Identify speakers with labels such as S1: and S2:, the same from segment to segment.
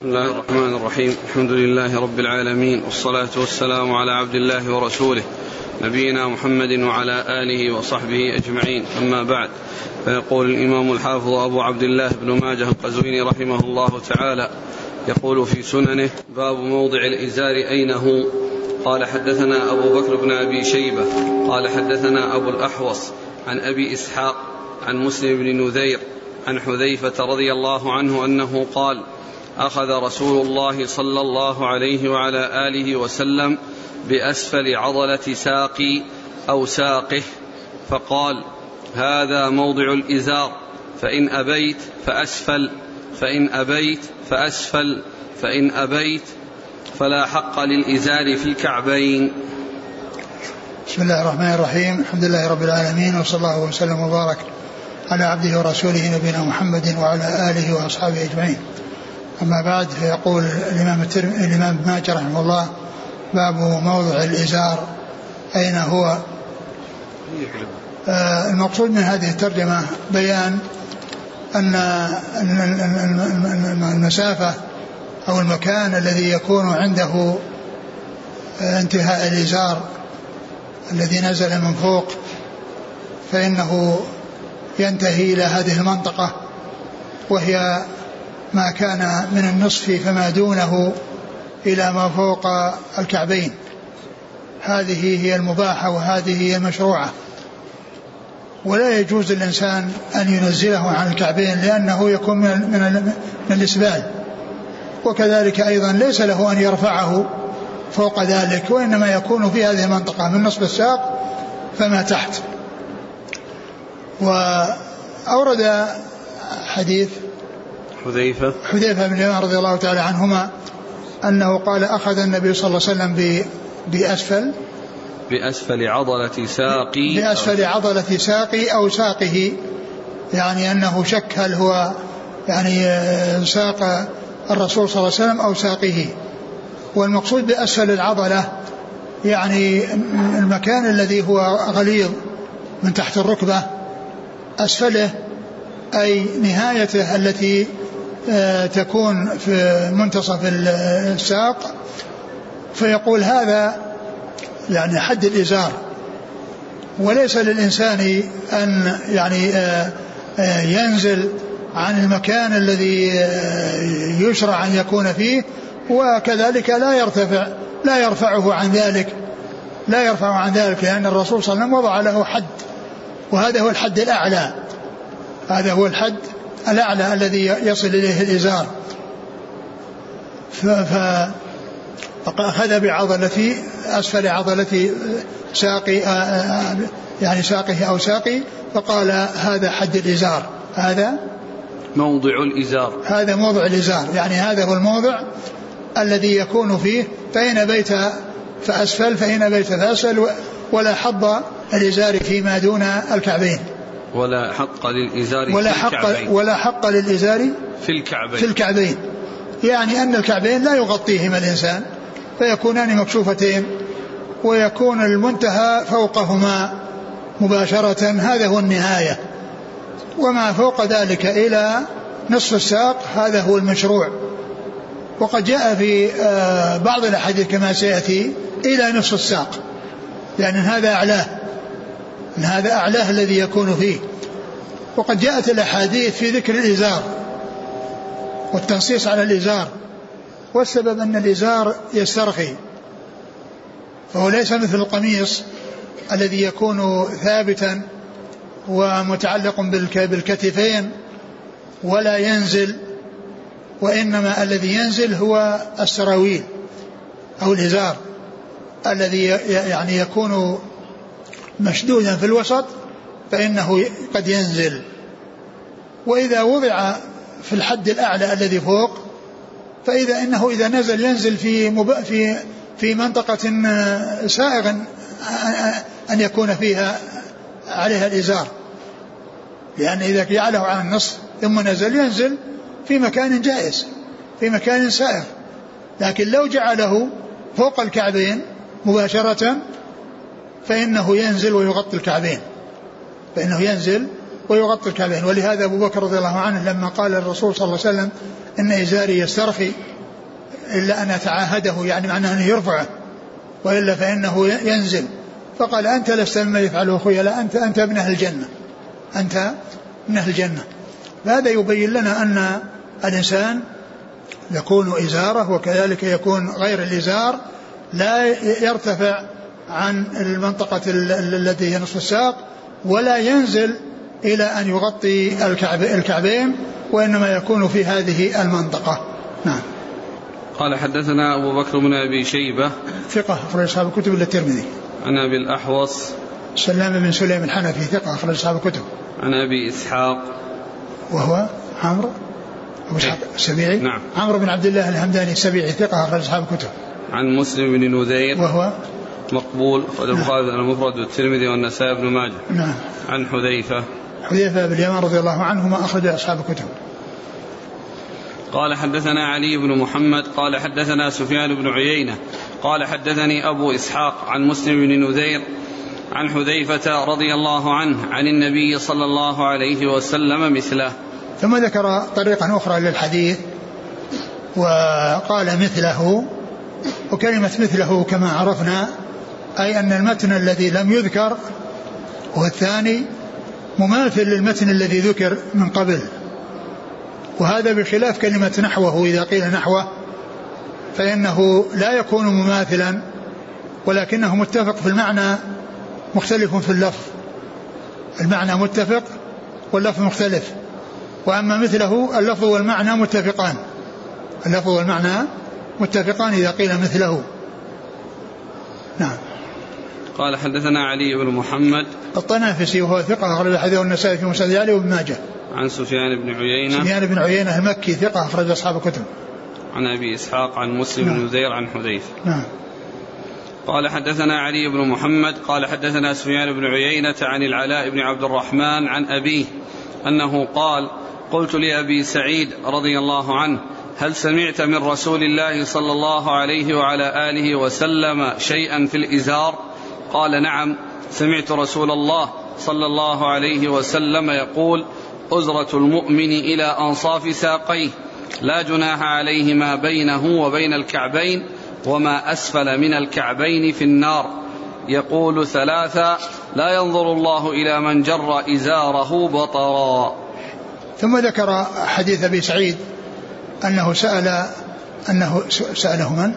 S1: بسم الله الرحمن الرحيم. الحمد لله رب العالمين، والصلاة والسلام على عبد الله ورسوله نبينا محمد وعلى آله وصحبه أجمعين، أما بعد. فيقول الإمام الحافظ أبو عبد الله بن ماجه القزويني رحمه الله تعالى يقول في سننه: باب موضع الإزار أين هو؟ قال: حدثنا أبو بكر بن أبي شيبة قال حدثنا أبو الأحوص عن أبي إسحاق عن مسلم بن نذير عن حذيفة رضي الله عنه أنه قال: أخذ رسول الله صلى الله عليه وعلى آله وسلم بأسفل عضلة ساقي أو ساقه فقال: هذا موضع الإزار، فإن أبيت فأسفل، فإن أبيت فأسفل، فإن أبيت فلا حق للإزار في الكعبين.
S2: بسم الله الرحمن الرحيم. الحمد لله رب العالمين، وصلى الله وسلم وبارك على عبده ورسوله نبينا محمد وعلى آله وأصحابه أجمعين. أما بعد، فيقول الإمام ابن ماجه رحمه الله: باب موضع الإزار أين هو؟ المقصود من هذه الترجمة بيان أن المسافة أو المكان الذي يكون عنده انتهاء الإزار الذي نزل من فوق فإنه ينتهي إلى هذه المنطقة، وهي ما كان من النصف فما دونه إلى ما فوق الكعبين. هذه هي المباحة وهذه هي المشروعة، ولا يجوز للإنسان أن ينزله عن الكعبين لأنه يكون من الإسبال، وكذلك أيضا ليس له أن يرفعه فوق ذلك، وإنما يكون في هذه المنطقة من نصف الساق فما تحت. وأورد حديث
S1: حذيفة
S2: بن اليمان رضي الله تعالى عنهما أنه قال: أخذ النبي صلى الله عليه وسلم
S1: بأسفل عضلة ساقي
S2: أو ساقه، يعني أنه شك هل هو يعني ساق الرسول صلى الله عليه وسلم أو ساقه. والمقصود بأسفل العضلة يعني المكان الذي هو غليظ من تحت الركبة، أسفله أي نهايته التي تكون في منتصف الساق. فيقول هذا يعني حد الإزار، وليس للإنسان أن يعني ينزل عن المكان الذي يشرع أن يكون فيه، وكذلك لا يرفعه عن ذلك، لأن الرسول صلى الله عليه وسلم وضع له حد، وهذا هو الحد الأعلى، هذا هو الحد الأعلى الذي يصل إليه الإزار. فأخذ بعضلة أسفل عضلة ساقي، يعني ساقه أو ساقي، فقال: هذا حد الإزار، هذا موضع الإزار، يعني هذا هو الموضع الذي يكون فيه، فإن بيت فأسفل، فإن بيت فأسفل، ولا حظ الإزار فيما دون الكعبين،
S1: ولا حق للإزار في الكعبين.
S2: يعني أن الكعبين لا يغطيهما الإنسان، فيكونان مكشوفتين، ويكون المنتهى فوقهما مباشرة، هذا هو النهاية، وما فوق ذلك إلى نصف الساق هذا هو المشروع. وقد جاء في بعض الأحاديث كما سيأتي إلى نصف الساق، يعني هذا أعلاه الذي يكون فيه. وقد جاءت الأحاديث في ذكر الإزار والتنصيص على الإزار، والسبب أن الإزار يسترخي، فهو ليس مثل القميص الذي يكون ثابتا ومتعلق بالكتفين ولا ينزل، وإنما الذي ينزل هو السراويل أو الإزار الذي يعني يكون مشدودا في الوسط، فإنه قد ينزل. وإذا وضع في الحد الأعلى الذي فوق، فإذا إنه إذا نزل ينزل في منطقة سائغ أن يكون فيها عليها الإزار، لأن إذا جعله على النصف ثم ينزل في مكان جائز، في مكان سائغ. لكن لو جعله فوق الكعبين مباشرة فإنه ينزل ويغطي الكعبين، ولهذا أبو بكر رضي الله عنه لما قال الرسول صلى الله عليه وسلم: إن إزاري يسترخي، إلا أن يتعاهده، يعني معناه أنه يرفعه، وإلا فإنه ينزل. فقال أنت لست مما يفعله أخويا، لا أنت ابن أهل الجنة، أنت من أهل الجنة. فهذا يبين لنا أن الإنسان يكون إزاره وكذلك يكون غير الإزار لا يرتفع عن المنطقة التي هي نصف الساق، ولا ينزل إلى أن يغطي الكعبين، وإنما يكون في هذه المنطقة. نعم.
S1: قال حدثنا أبو بكر بن أبي شيبة
S2: ثقة أخرج أصحاب الكتب إلا الترمذي.
S1: عن أبي الأحوص
S2: سلام بن سليم الحنفي ثقة أخرج أصحاب الكتب.
S1: عن أبي إسحاق
S2: وهو عمرو أبو إسحاق السبيعي.
S1: نعم.
S2: عمرو بن عبد الله الهمداني السبيعي ثقة أخرج أصحاب الكتب.
S1: عن مسلم بن نذير
S2: وهو
S1: مقبول، والبخاري المفرد والترمذي والنسائي بن ماجه.
S2: نعم.
S1: عن حذيفة
S2: بن اليمان رضي الله عنهما أخرج أصحاب الكتب.
S1: قال حدثنا علي بن محمد قال حدثنا سفيان بن عيينة قال حدثني أبو إسحاق عن مسلم بن نذير عن حذيفة رضي الله عنه عن النبي صلى الله عليه وسلم مثله.
S2: ثم ذكر طريقا أخرى للحديث وقال مثله. وكلمة مثله كما عرفنا أي أن المتن الذي لم يذكر والثاني مماثل للمتن الذي ذكر من قبل، وهذا بخلاف كلمة نحوه. إذا قيل نحوه فإنه لا يكون مماثلا، ولكنه متفق في المعنى مختلف في اللفظ. المعنى متفق واللفظ مختلف. وأما مثله اللفظ والمعنى متفقان، اللفظ والمعنى متفقان إذا قيل مثله. نعم.
S1: قال حدثنا علي بن محمد
S2: الطنافسي وهو ثقة أخرج حديثه النسائي في مسند علي وابن ماجه.
S1: عن سفيان بن عيينة.
S2: سفيان بن عيينة المكي ثقة أخرج أصحاب الكتب.
S1: عن أبي إسحاق عن مسلم بن نذير عن حذيفة.
S2: نعم.
S1: قال حدثنا علي بن محمد قال حدثنا سفيان بن عيينة عن العلاء بن عبد الرحمن عن أبيه أنه قال قلت لأبي سعيد رضي الله عنه هل سمعت من رسول الله صلى الله عليه وعلى آله وسلم شيئا في الإزار؟ قال نعم، سمعت رسول الله صلى الله عليه وسلم يقول أزرة المؤمن إلى أنصاف ساقيه، لا جناح عليه ما بينه وبين الكعبين، وما أسفل من الكعبين في النار. يقول ثلاثا لا ينظر الله إلى من جر إزاره بطرا.
S2: ثم ذكر حديث أبي سعيد أنه سأله من؟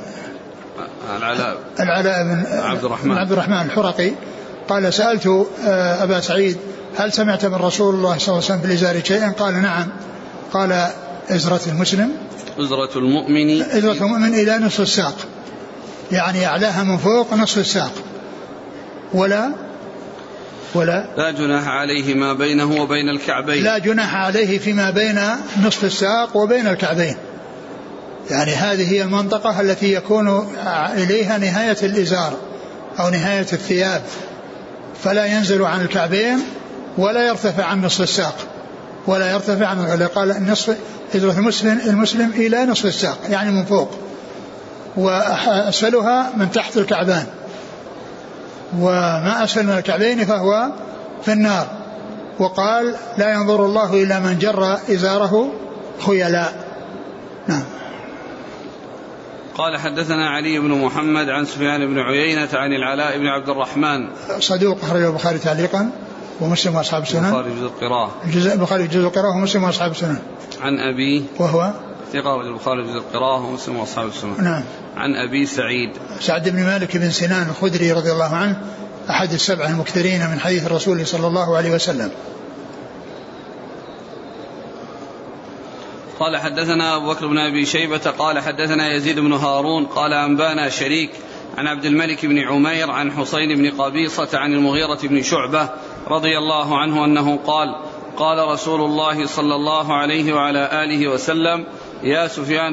S2: العلاء بن عبد الرحمن الحرقي قال سألت أبا سعيد هل سمعت من رسول الله صلى الله عليه وسلم في الإزار شيئا؟ قال نعم. قال إزرة المؤمن إلى نصف الساق، يعني أعلاها من فوق نصف الساق، ولا
S1: لا جناح عليه ما بينه وبين الكعبين،
S2: لا جناح عليه فيما بين نصف الساق وبين الكعبين، يعني هذه هي المنطقة التي يكون إليها نهاية الإزار أو نهاية الثياب، فلا ينزل عن الكعبين ولا يرتفع عن نصف الساق، ولا يرتفع عن، قال النصف إزرة المسلم إلى نصف الساق يعني من فوق، وأسفلها من تحت الكعبان، وما أسفل من الكعبين فهو في النار. وقال لا ينظر الله إلى من جر إزاره خيلاء. نعم.
S1: قال حدثنا علي بن محمد عن سفيان بن عيينة عن العلاء بن عبد الرحمن
S2: صدوق أخرجه البخاري تعليقا ومسلم وأصحاب السنن. البخاري جزء القراءة ومسلم وأصحاب السنن.
S1: عن أبي
S2: وهو
S1: ثقة البخاري جزء القراءة ومسلم وأصحاب السنن.
S2: نعم.
S1: عن أبي سعد
S2: بن مالك بن سنان الخدري رضي الله عنه أحد السبع المكثرين من حديث الرسول صلى الله عليه وسلم.
S1: قال حدثنا أبو بكر بن أبي شيبة قال حدثنا يزيد بن هارون قال أنبانا شريك عن عبد الملك بن عمير عن حسين بن قبيصة عن المغيرة بن شعبة رضي الله عنه أنه قال قال رسول الله صلى الله عليه وعلى آله وسلم يا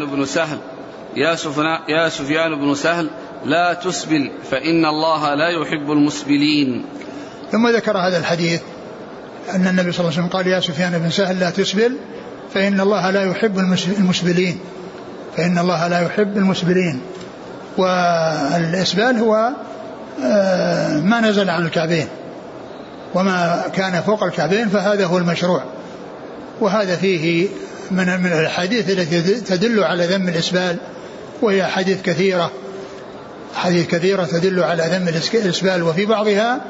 S1: سفيان بن سهل لا تسبل فإن الله لا يحب المسبلين.
S2: ثم ذكر هذا الحديث أن النبي صلى الله عليه وسلم قال يا سفيان بن سهل لا تسبل فإن الله لا يحب المسبلين، فإن الله لا يحب المسبلين. والإسبال هو ما نزل عن الكعبين، وما كان فوق الكعبين فهذا هو المشروع. وهذا فيه من الحديث التي تدل على ذم الإسبال وهي حديث كثيرة تدل على ذم الإسبال، وفي بعضها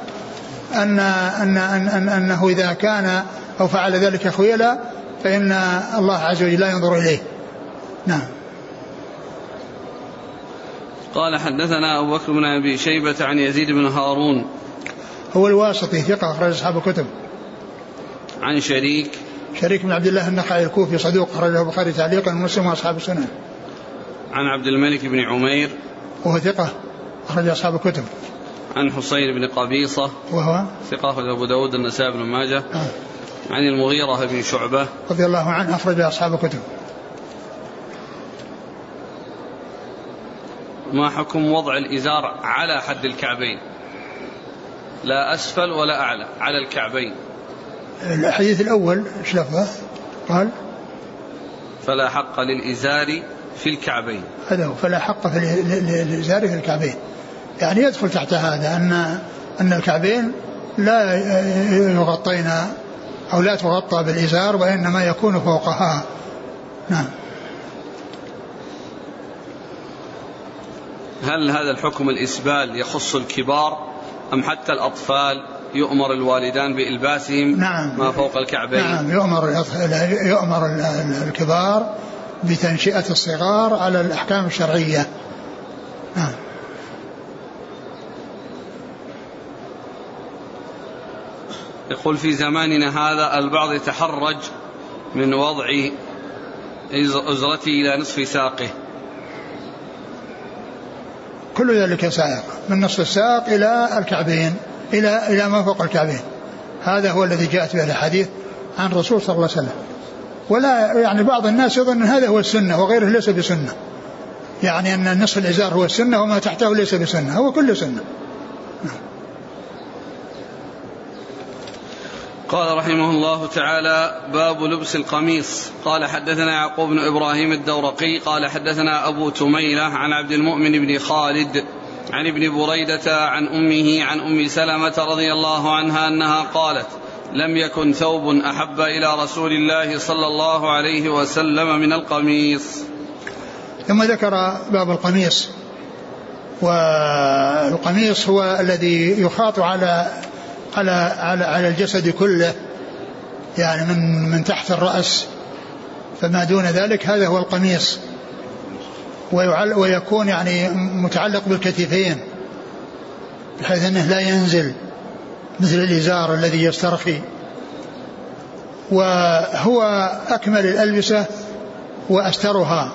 S2: أنه إذا كان أو فعل ذلك خيلا فإن الله عز وجل لا ينظر إليه. نعم.
S1: قال حدثنا أبو بكر بن أبي شيبة عن يزيد بن هارون
S2: هو الواسطي ثقة أخرج أصحاب الكتب.
S1: عن شريك
S2: بن عبد الله النخعي الكوفي صدوق أخرجه البخاري تعليقا ومسلم وأصحاب السنن.
S1: عن عبد الملك بن عمير
S2: وهو ثقة أخرج أصحاب الكتب.
S1: عن حسين بن قبيصة
S2: وهو
S1: ثقة أخرج أبو داود النسائي بن ماجه. عن المغيرة بن شعبة
S2: رضي الله عنه أخرج أصحاب الكتب.
S1: ما حكم وضع الإزار على حد الكعبين، لا أسفل ولا أعلى، على الكعبين؟
S2: الحديث الأول ايش لفظه؟ قال
S1: فلا حق للإزار في الكعبين.
S2: هذا هو، فلا حق للإزار في الكعبين، يعني يدخل تحت هذا أن الكعبين لا يغطين أو لا تغطى بالإزار وإنما يكون فوقها. نعم.
S1: هل هذا الحكم الإسبال يخص الكبار أم حتى الأطفال يؤمر الوالدان بإلباسهم ما فوق الكعبين؟
S2: نعم، يؤمر الكبار بتنشئة الصغار على الأحكام الشرعية. نعم.
S1: يقول في زماننا هذا البعض يتحرج من وضع أزرته إلى نصف ساقه.
S2: كل ذلك سائق من نصف الساق إلى الكعبين، إلى ما فوق الكعبين. هذا هو الذي جاءت به الحديث عن الرسول صلى الله عليه وسلم. ولا يعني بعض الناس يظن أن هذا هو السنة وغيره ليس بسنة، يعني أن نصف الإزار هو السنة وما تحته ليس بسنة، هو كل سنة.
S1: قال رحمه الله تعالى: باب لبس القميص. قال حدثنا يعقوب بن إبراهيم الدورقي قال حدثنا أبو تميلة عن عبد المؤمن بن خالد عن ابن بريدة عن أمه عن أم سلمة رضي الله عنها أنها قالت: لم يكن ثوب أحب إلى رسول الله صلى الله عليه وسلم من القميص.
S2: ثم ذكر باب القميص، والقميص هو الذي يخاط على الجسد كله، يعني من تحت الرأس فما دون ذلك هذا هو القميص، ويكون يعني متعلق بالكتفين بحيث أنه لا ينزل مثل الإزار الذي يسترخي. وهو أكمل الألبسة وأسترها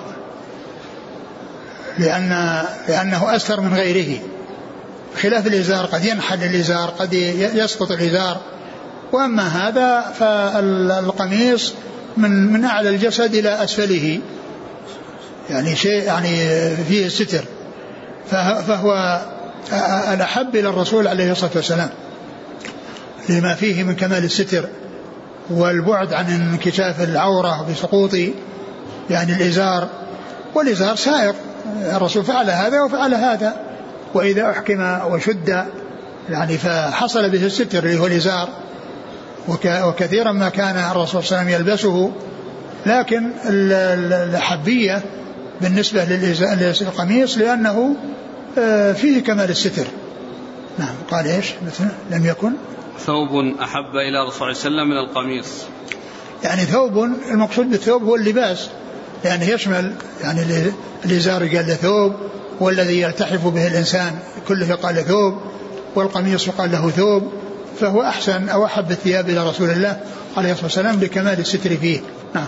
S2: لأنه أستر من غيره، خلاف الإزار قد ينحل الإزار، قد يسقط الإزار. وأما هذا فالقميص من أعلى الجسد إلى أسفله، يعني شيء يعني فيه الستر، فهو الأحب إلى الرسول عليه الصلاة والسلام لما فيه من كمال الستر والبعد عن انكشاف العورة بسقوط يعني الإزار. والإزار سائر، الرسول فعل هذا وفعل هذا، وإذا أحكم وشد يعني فحصل به الستر اللي هو الإزار. وكثيرا ما كان الرسول صلى الله عليه وسلم يلبسه، لكن الأحبية بالنسبة للقميص لأنه فيه كمال الستر. نعم. قال إيش مثلا؟ لم يكن
S1: ثوب أحب إلى الرسول صلى الله عليه وسلم من القميص،
S2: يعني ثوب، المقصود بالثوب هو اللباس، يعني يشمل يعني الإزار قال له ثوب، والذي يلتحف به الإنسان كله قال له ثوب، والقميص قال له ثوب، فهو أحسن أو أحب الثياب إلى رسول الله عليه الصلاة والسلام لكمال الستر فيه. نعم.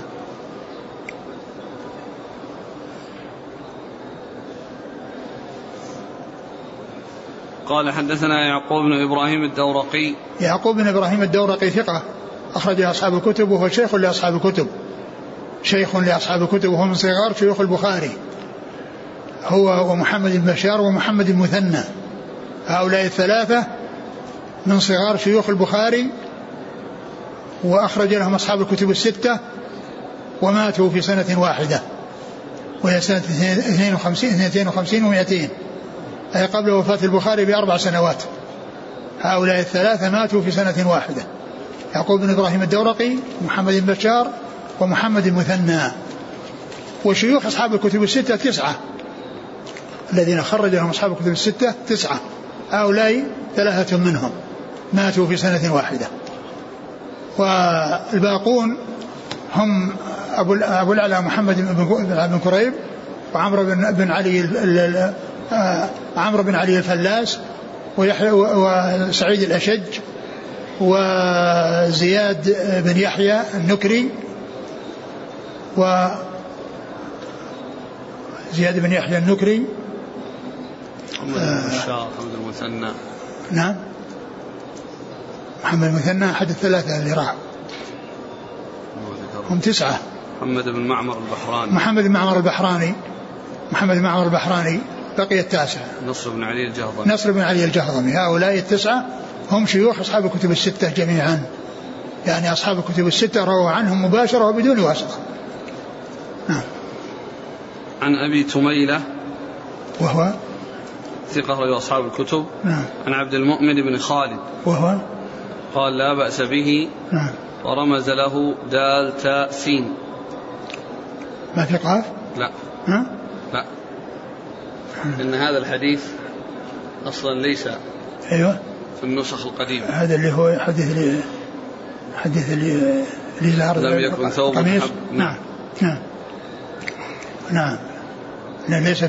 S1: قال حدثنا يعقوب بن إبراهيم الدورقي.
S2: يعقوب بن إبراهيم الدورقي ثقة أخرج أصحاب الكتب، وهو شيخ لأصحاب الكتب، شيخ لأصحاب الكتب، وهو من صغار شيوخ البخاري، هو ومحمد بن بشار ومحمد المثنى، هؤلاء الثلاثة من صغار شيوخ البخاري، وأخرج لهم أصحاب الكتب الستة، وماتوا في سنة واحدة وهي سنة 52 و200، أي قبل وفاة البخاري ب4 سنوات. هؤلاء الثلاثة ماتوا في سنة واحدة، يعقوب بن إبراهيم الدورقي، محمد بن بشار، ومحمد المثنى. وشيوخ أصحاب الكتب الستة 9، الذين خرج لهم أصحاب الكتب الستة 9. هؤلاء 3 منهم ماتوا في سنة واحدة. والباقون هم أبو الأعلى محمد بن كريب، وعمرو بن علي الفلاس، وسعيد الأشج، وزياد بن يحيى النكري،
S1: محمد المثنى.
S2: نعم، محمد المثنى أحد 3 اللي راح، هم 9.
S1: محمد بن معمر البحراني بقي 9. نصر بن علي الجهضمي. هؤلاء 9 هم شيوخ أصحاب الكتب الستة جميعا، يعني أصحاب الكتب الستة رووا عنهم مباشرة وبدون واسطة. نعم. عن أبي تميلة
S2: وهو
S1: ثقة رجل أصحاب الكتب.
S2: نعم.
S1: عن عبد المؤمن بن خالد
S2: وهو
S1: قال لا بأس به.
S2: نعم.
S1: ورمز له دال تاء سين.
S2: ما في قاف؟
S1: لا.
S2: ها؟
S1: لا، إن هذا الحديث أصلا ليس
S2: أيوة
S1: في النسخ القديمة.
S2: هذا اللي هو حديث اللي
S1: لم يكن ثوب
S2: قميص. نعم. ليس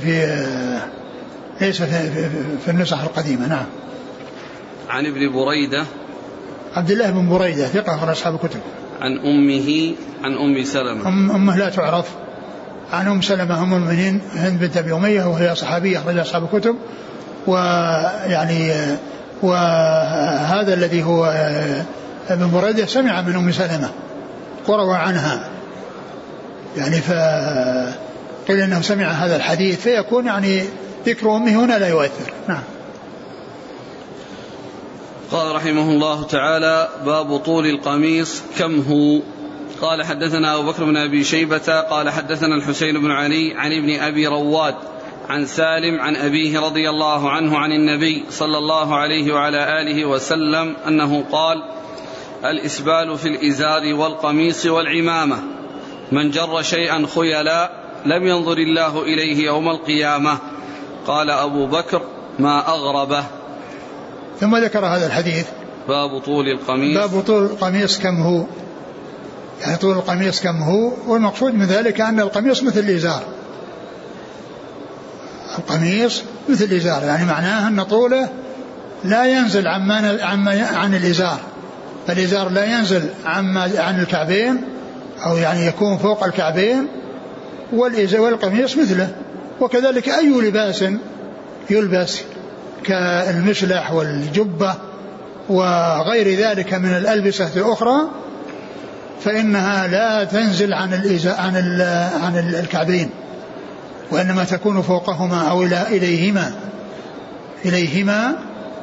S2: في النسخ القديمة. نعم.
S1: عن ابن بريدة
S2: عبد الله بن بريدة ثقة من أصحاب الكتب.
S1: عن أمه عن أم سلمة.
S2: أمه لا تعرف. عن أم سلمة أم المؤمنين هند بنت أبي أمية، وهي صحابية أخرج أصحاب الكتب. وهذا الذي هو ابن بريدة سمع من أم سلمة وروى عنها، يعني فقيل أنه سمع هذا الحديث، فيكون يعني ذكر أمه هنا لا يؤثر. نعم.
S1: قال رحمه الله تعالى: باب طول القميص كم هو. قال حدثنا أبو بكر بن أبي شيبة قال حدثنا الحسين بن علي عن ابن أبي رواد عن سالم عن أبيه رضي الله عنه عن النبي صلى الله عليه وعلى آله وسلم أنه قال: الإسبال في الإزار والقميص والعمامة، من جر شيئا خيلا لم ينظر الله إليه يوم القيامة. قال أبو بكر: ما أغربه.
S2: ثم ذكر هذا الحديث.
S1: باب طول
S2: القميص كم هو، يعني طول القميص كم هو، والمقصود من ذلك أن القميص مثل الإزار. القميص مثل الإزار، يعني معناه أن طوله لا ينزل عن الإزار، فالإزار لا ينزل عن الكعبين، أو يعني يكون فوق الكعبين، والقميص مثله. وكذلك أي لباس يلبس كالمشلح والجبة وغير ذلك من الألبسة الأخرى فإنها لا تنزل عن الكعبين، وإنما تكون فوقهما أو إليهما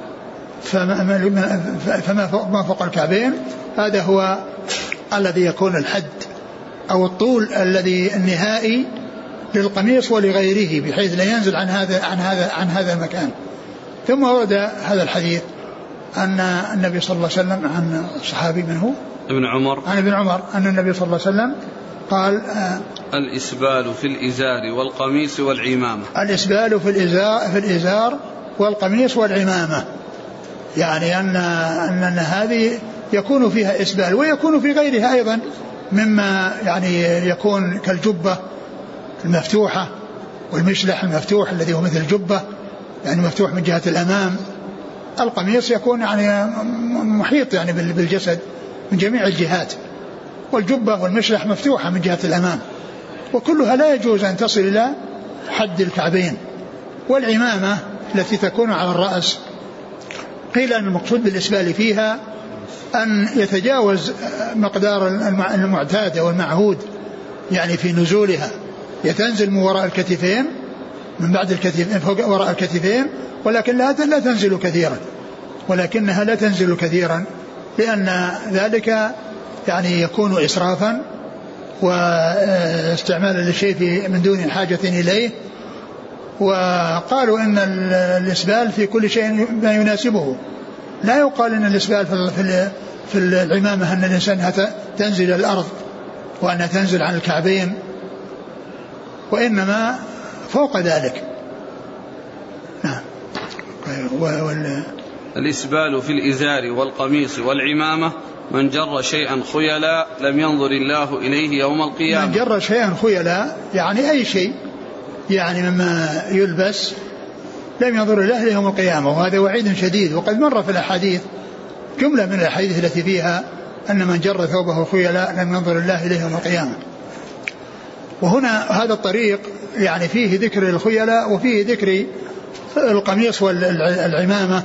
S2: فما فوق الكعبين هذا هو الذي يكون الحد أو الطول الذي النهائي للقميص ولغيره، بحيث لا ينزل عن هذا المكان. ثم ورد هذا الحديث أن النبي صلى الله عليه وسلم عن صحابي من هو عن ابن عمر أن النبي صلى الله عليه وسلم قال:
S1: الإسبال في الإزار والقميص والعمامة.
S2: الإسبال في الإزار والقميص والعمامة، يعني أن هذه يكون فيها إسبال، ويكون في غيرها أيضا مما يعني يكون كالجبة المفتوحة والمشلح المفتوح الذي هو مثل الجبة، يعني مفتوح من جهة الأمام. القميص يكون يعني محيط يعني بالجسد من جميع الجهات، والجبة والمشلح مفتوحة من جهة الأمام، وكلها لا يجوز أن تصل إلى حد الكعبين. والعمامة التي تكون على الرأس قيل أن المقصود بالإسبال فيها أن يتجاوز مقدار المعتاد والمعهود يعني في نزولها، يتنزل من وراء الكتفين، من بعد الكتفين فوق وراء الكتفين، ولكن لا تنزل كثيرا، ولكنها لا تنزل كثيرا، لأن ذلك يعني يكون إسرافا واستعمالا للشيء من دون حاجة إليه. وقالوا إن الإسبال في كل شيء ما يناسبه، لا يقال إن الإسبال في العمامة أن الإنسان تنزل الأرض وأنها تنزل عن الكعبين، وإنما فوق ذلك،
S1: الإسبال في الإزار والقميص والعمامة من جر شيئا خيلا لم ينظر الله إليه يوم القيامة.
S2: من جر شيئا خيلا يعني أي شيء يعني مما يلبس لم ينظر الله إليه يوم القيامة، وهذا وعيد شديد. وقد مر في الأحاديث جملة من الأحاديث التي فيها أن من جر ثوبه خيلا لم ينظر الله إليه يوم القيامة. وهنا هذا الطريق يعني فيه ذكر الخيلاء وفيه ذكر القميص والعمامة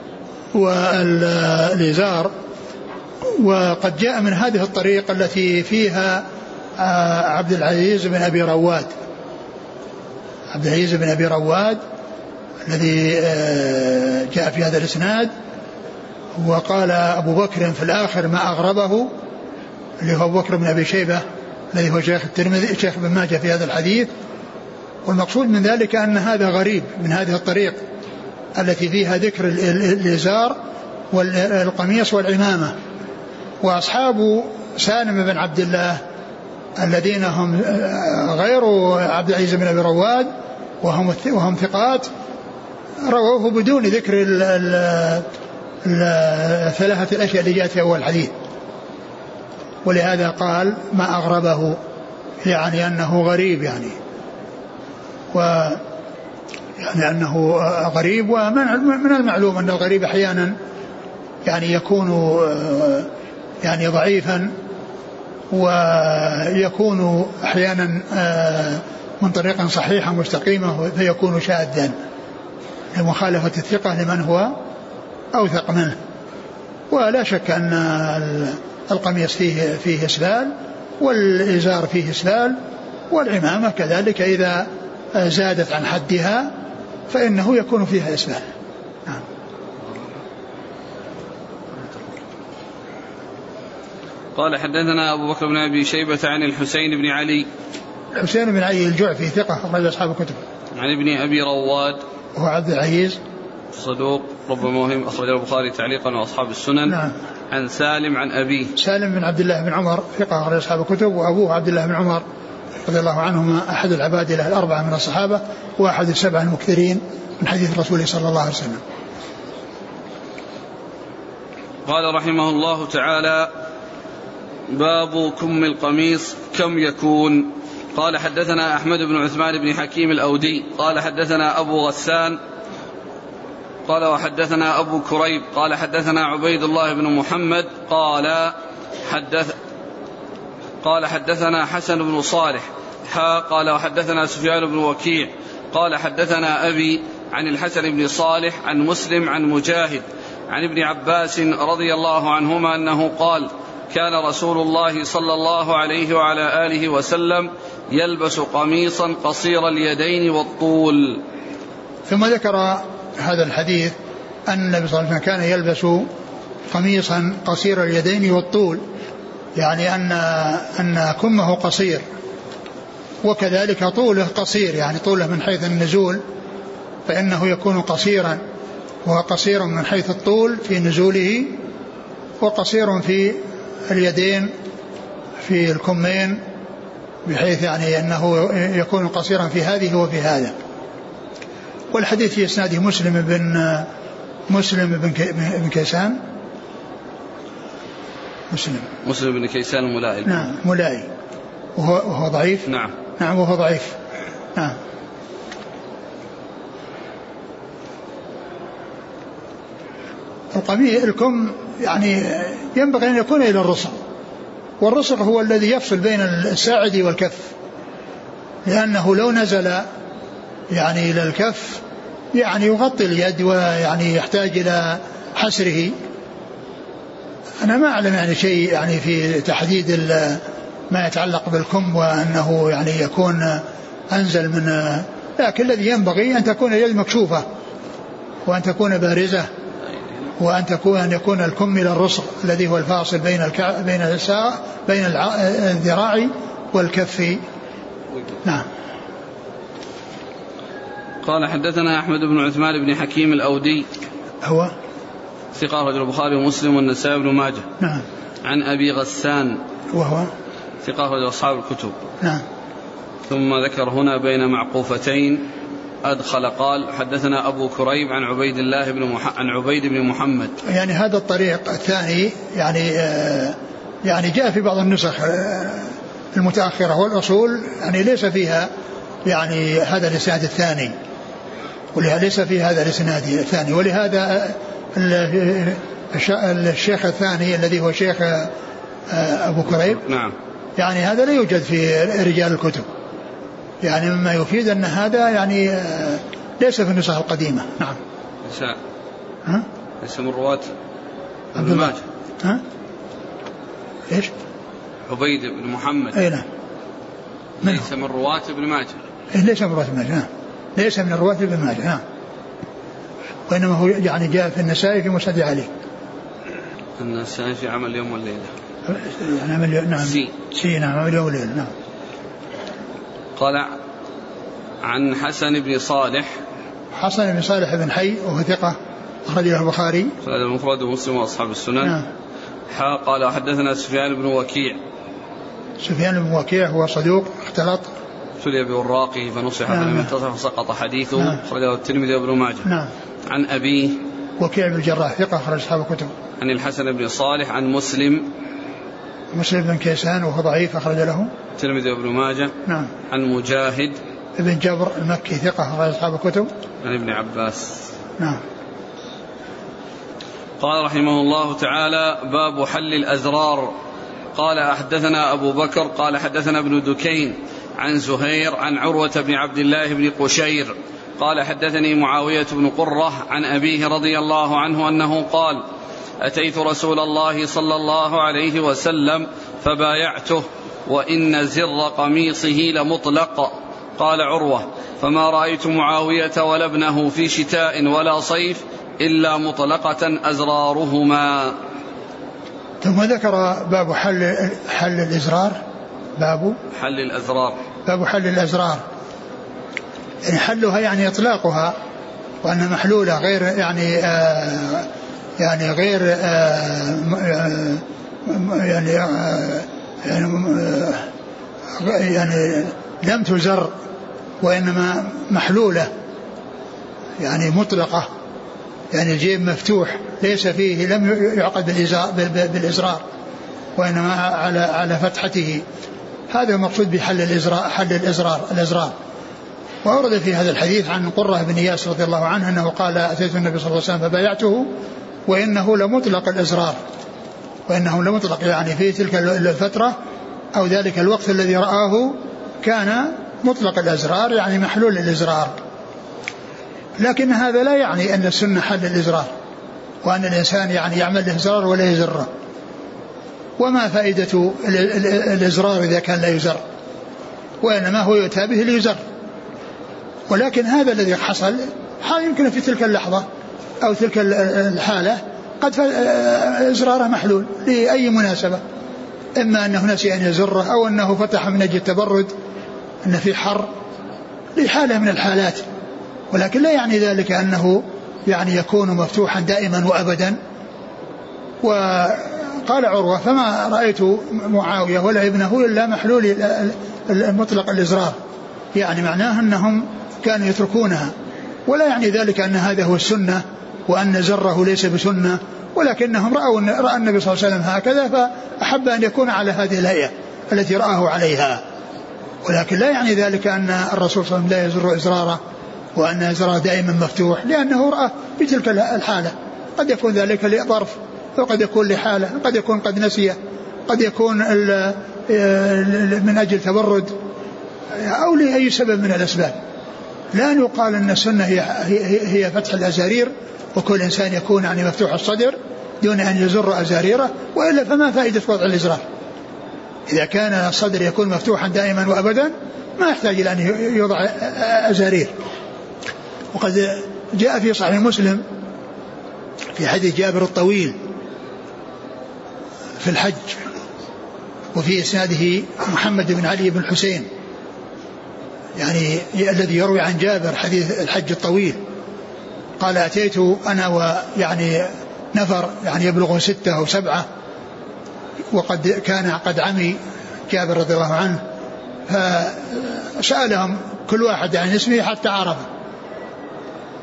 S2: والإزار. وقد جاء من هذه الطريق التي فيها عبد العزيز بن أبي رواد، عبد العزيز بن أبي رواد الذي جاء في هذا الإسناد. وقال أبو بكر في الآخر ما أغربه، اللي هو أبو بكر بن أبي شيبة الذي هو شيخ الترمذي شيخ ابن ماجه في هذا الحديث. والمقصود من ذلك أن هذا غريب من هذه الطريق التي فيها ذكر الإزار والقميص والعمامة. وأصحاب سالم بن عبد الله الذين هم غير عبد العزيز بن أبي رواد وهم ثقات رووه بدون ذكر الثلاثة الأشياء اللي جاءت في أول الحديث، ولهذا قال ما أغربه يعني أنه غريب يعني أنه غريب. ومن المعلوم أن الغريب أحيانا يعني يكون يعني ضعيفا، ويكون أحيانا من طريق صحيحة مستقيمة فيكون شاذا لمخالفة الثقة لمن هو أوثق منه. ولا شك أن القميص فيه إسبال، والإزار فيه إسبال، والعمامة كذلك إذا زادت عن حدها فإنه يكون فيها إسبال. نعم.
S1: قال حدثنا أبو بكر بن أبي شيبة عن الحسين بن علي.
S2: الحسين بن علي الجعفي ثقة أخرج أصحاب الكتب.
S1: عن ابن أبي رواد
S2: وهو عبد العزيز
S1: صدوق ربما وهم، أخرج البخاري تعليقا وأصحاب السنن.
S2: نعم.
S1: عن سالم عن أبيه
S2: سالم بن عبد الله بن عمر ثقة أخرج أصحاب الكتب، وأبوه عبد الله بن عمر رضي الله عنهما أحد العبادلة الأربعة من الصحابة وأحد السبع المكثرين من حديث رسوله صلى الله عليه وسلم.
S1: قال رحمه الله تعالى باب كم القميص كم يكون. قال حدثنا أحمد بن عثمان بن حكيم الأودي قال حدثنا أبو غسان قال وحدثنا أبو كريب قال حدثنا عبيد الله بن محمد قال حدثنا حسن بن صالح قال وحدثنا سفيان بن وكيع قال حدثنا أبي عن الحسن بن صالح عن مسلم عن مجاهد عن ابن عباس رضي الله عنهما أنه قال كان رسول الله صلى الله عليه وعلى آله وسلم يلبس قميصا قصير اليدين والطول.
S2: ثم ذكر هذا الحديث أن النبي صلى الله عليه وسلم كان يلبس قميصا قصير اليدين والطول، يعني أن كمه قصير وكذلك طوله قصير، يعني طوله من حيث النزول فإنه يكون قصيرا، وقصير من حيث الطول في نزوله، وقصير في اليدين في الكمين بحيث يعني أنه يكون قصيرا في هذه وفي هذا. والحديث في إسناده مسلم بن كيسان
S1: مسلم بن كيسان الملائي.
S2: نعم ملائي وهو ضعيف.
S1: نعم
S2: وهو ضعيف. نعم. الكم يعني ينبغي أن يكون إلى الرسغ، والرسغ هو الذي يفصل بين الساعد والكف، لأنه لو نزل يعني إلى الكف يعني يغطي اليد ويعني يحتاج إلى حسره. أنا ما أعلم يعني شيء يعني في تحديد ما يتعلق بالكم وأنه يعني يكون أنزل من، لكن الذي ينبغي أن تكون اليد مكشوفة وأن تكون بارزة، وأن يكون الكم إلى الرسغ الذي هو الفاصل بين الذراع والكف. نعم.
S1: قال حدثنا أحمد بن عثمان بن حكيم الأودي
S2: هو
S1: ثقة رجل البخاري ومسلم والنسائي بن ماجه.
S2: نعم.
S1: عن أبي غسان وهو
S2: ثقة رجل
S1: أصحاب الكتب.
S2: نعم.
S1: ثم ذكر هنا بين معقوفتين أدخل قال حدثنا أبو كريب عن عبيد بن محمد.
S2: يعني هذا الطريق الثاني يعني جاء في بعض النسخ المتأخرة والأصول يعني ليس فيها يعني هذا الإسناد الثاني، ولهذا ليس في هذا الإسناد الثاني، ولهذا الشيخ الثاني الذي هو شيخ أبو كريب
S1: نعم
S2: يعني هذا لا يوجد في رجال الكتب، يعني مما يفيد أن هذا يعني ليس في النسخ القديمة. نعم.
S1: ليس من رواة ابن ماجه.
S2: إيش؟
S1: عبيد بن محمد.
S2: أي نعم.
S1: ليس من رواة ابن ماجه.
S2: ليس من رواة ابن ماجه. نعم. ليس من رواة ابن ماجه. نعم. وإنما هو يعني جاء في النسائي في مسند علي.
S1: النسائي في عمل اليوم والليلة.
S2: نعم. نعم عمل اليوم والليلة. نعم.
S1: قال عن حسن بن صالح
S2: بن حي وهو ثقة أخرجه البخاري
S1: المفرد ومسلم وأصحاب السنن.
S2: نعم.
S1: قال حدثنا سفيان بن وكيع هو صدوق اختلط
S2: ابتلي
S1: بوراقه فنصح فلم ينتصر فسقط حديثه أخرجه الترمذي وابن ماجه.
S2: نعم.
S1: عن أبيه
S2: وكيع بن الجراح ثقة أخرج أصحاب الكتب.
S1: عن الحسن بن صالح عن مسلم
S2: بن كيسان وهو ضعيف أخرج له
S1: الترمذي وابن ماجه.
S2: نعم.
S1: عن مجاهد
S2: ابن جبر المكي ثقة أخرج أصحاب الكتب.
S1: عن ابن عباس.
S2: نعم.
S1: قال رحمه الله تعالى باب حل الأزرار. قال حدثنا أبو بكر قال حدثنا ابن دكين عن زهير عن عروة بن عبد الله بن قشير قال حدثني معاوية بن قرة عن أبيه رضي الله عنه أنه قال أتيت رسول الله صلى الله عليه وسلم فبايعته وإن زر قميصه لمطلق. قال عروة فما رأيت معاوية ولا ابنه في شتاء ولا صيف إلا مطلقة أزرارهما.
S2: ثم ذكر باب حل الإزرار. باب حل الأزرار يعني حلها يعني إطلاقها، وأن محلولة غير يعني لم تزر، وإنما محلولة يعني مطلقة، يعني الجيب مفتوح ليس فيه لم يعقد بالإزرار وإنما على فتحته. هذا المقصود بحل الإزرار. وأورد في هذا الحديث عن قرة بن إياس رضي الله عنه أنه قال أتيت النبي صلى الله عليه وسلم فبايعته وإنه لمطلق الإزرار، يعني في تلك الفترة أو ذلك الوقت الذي رآه كان مطلق الإزرار يعني محلول الإزرار. لكن هذا لا يعني أن السنة حل الإزرار، وأن الإنسان يعني يعمل الإزرار ولا يزره. وما فائدة الإزرار إذا كان لا يزر؟ وإنما هو يؤتى به ليزر. ولكن هذا الذي حصل يمكن في تلك اللحظة أو تلك الحالة قد إزراره محلول لأي مناسبة، إما أنه نسي أن يزره أو أنه فتح من أجل التبرد، أن في حر لحالة من الحالات. ولكن لا يعني ذلك أنه يعني يكون مفتوحا دائما وأبدا. وقال عروة فما رأيت معاوية ولا ابنه إلا محلول المطلق الإزرار، يعني معناه أنهم كانوا يتركونها، ولا يعني ذلك أن هذا هو السنة وأن زره ليس بسنة، ولكنهم رأى النبي صلى الله عليه وسلم هكذا فأحب أن يكون على هذه الهيئة التي رآه عليها. ولكن لا يعني ذلك أن الرسول صلى الله عليه وسلم لا يزر إزراره وأن إزراره دائما مفتوح، لأنه رأى في تلك الحالة. قد يكون ذلك لظرف، وقد يكون لحالة، قد يكون قد نسيه، قد يكون من أجل تبرد أو لأي سبب من الأسباب. لا يقال أن السنة هي فتح الأزارير وكل إنسان يكون يعني مفتوح الصدر دون أن يزر أزاريره، وإلا فما فائدة وضع الإزرار؟ إذا كان الصدر يكون مفتوحا دائما وأبدا ما يحتاج إلى أن يوضع أزارير. وقد جاء في صحيح مسلم في حديث جابر الطويل في الحج، وفي إسناده محمد بن علي بن الحسين يعني الذي يروي عن جابر حديث الحج الطويل، قال أتيت أنا ويعني نفر يعني يبلغ 6 أو 7، وقد كان قد عمي جابر رضي الله عنه، فسألهم كل واحد عن اسمه حتى عرفه،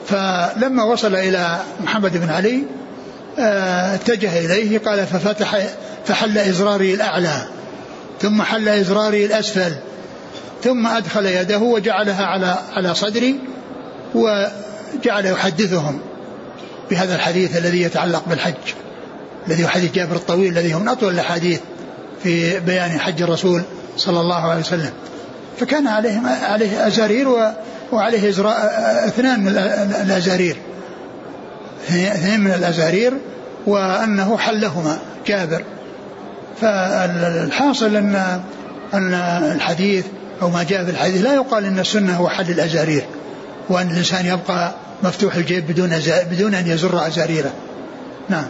S2: فلما وصل إلى محمد بن علي اتجه إليه قال فحل إزراري الأعلى ثم حل إزراري الأسفل ثم أدخل يده وجعلها على صدري وجعل يحدثهم بهذا الحديث الذي يتعلق بالحج، الذي هو حديث جابر الطويل الذي هو من أطول الأحاديث في بيان حج الرسول صلى الله عليه وسلم. فكان عليه أزارير وعليه اثنين من الأزارير وأنه حلهما جابر. فالحاصل أن الحديث أو ما جاء في الحديث لا يقال أن السنة هو حل الأزارير وأن الإنسان يبقى مفتوح الجيب بدون أن يزر أزاريره. نعم.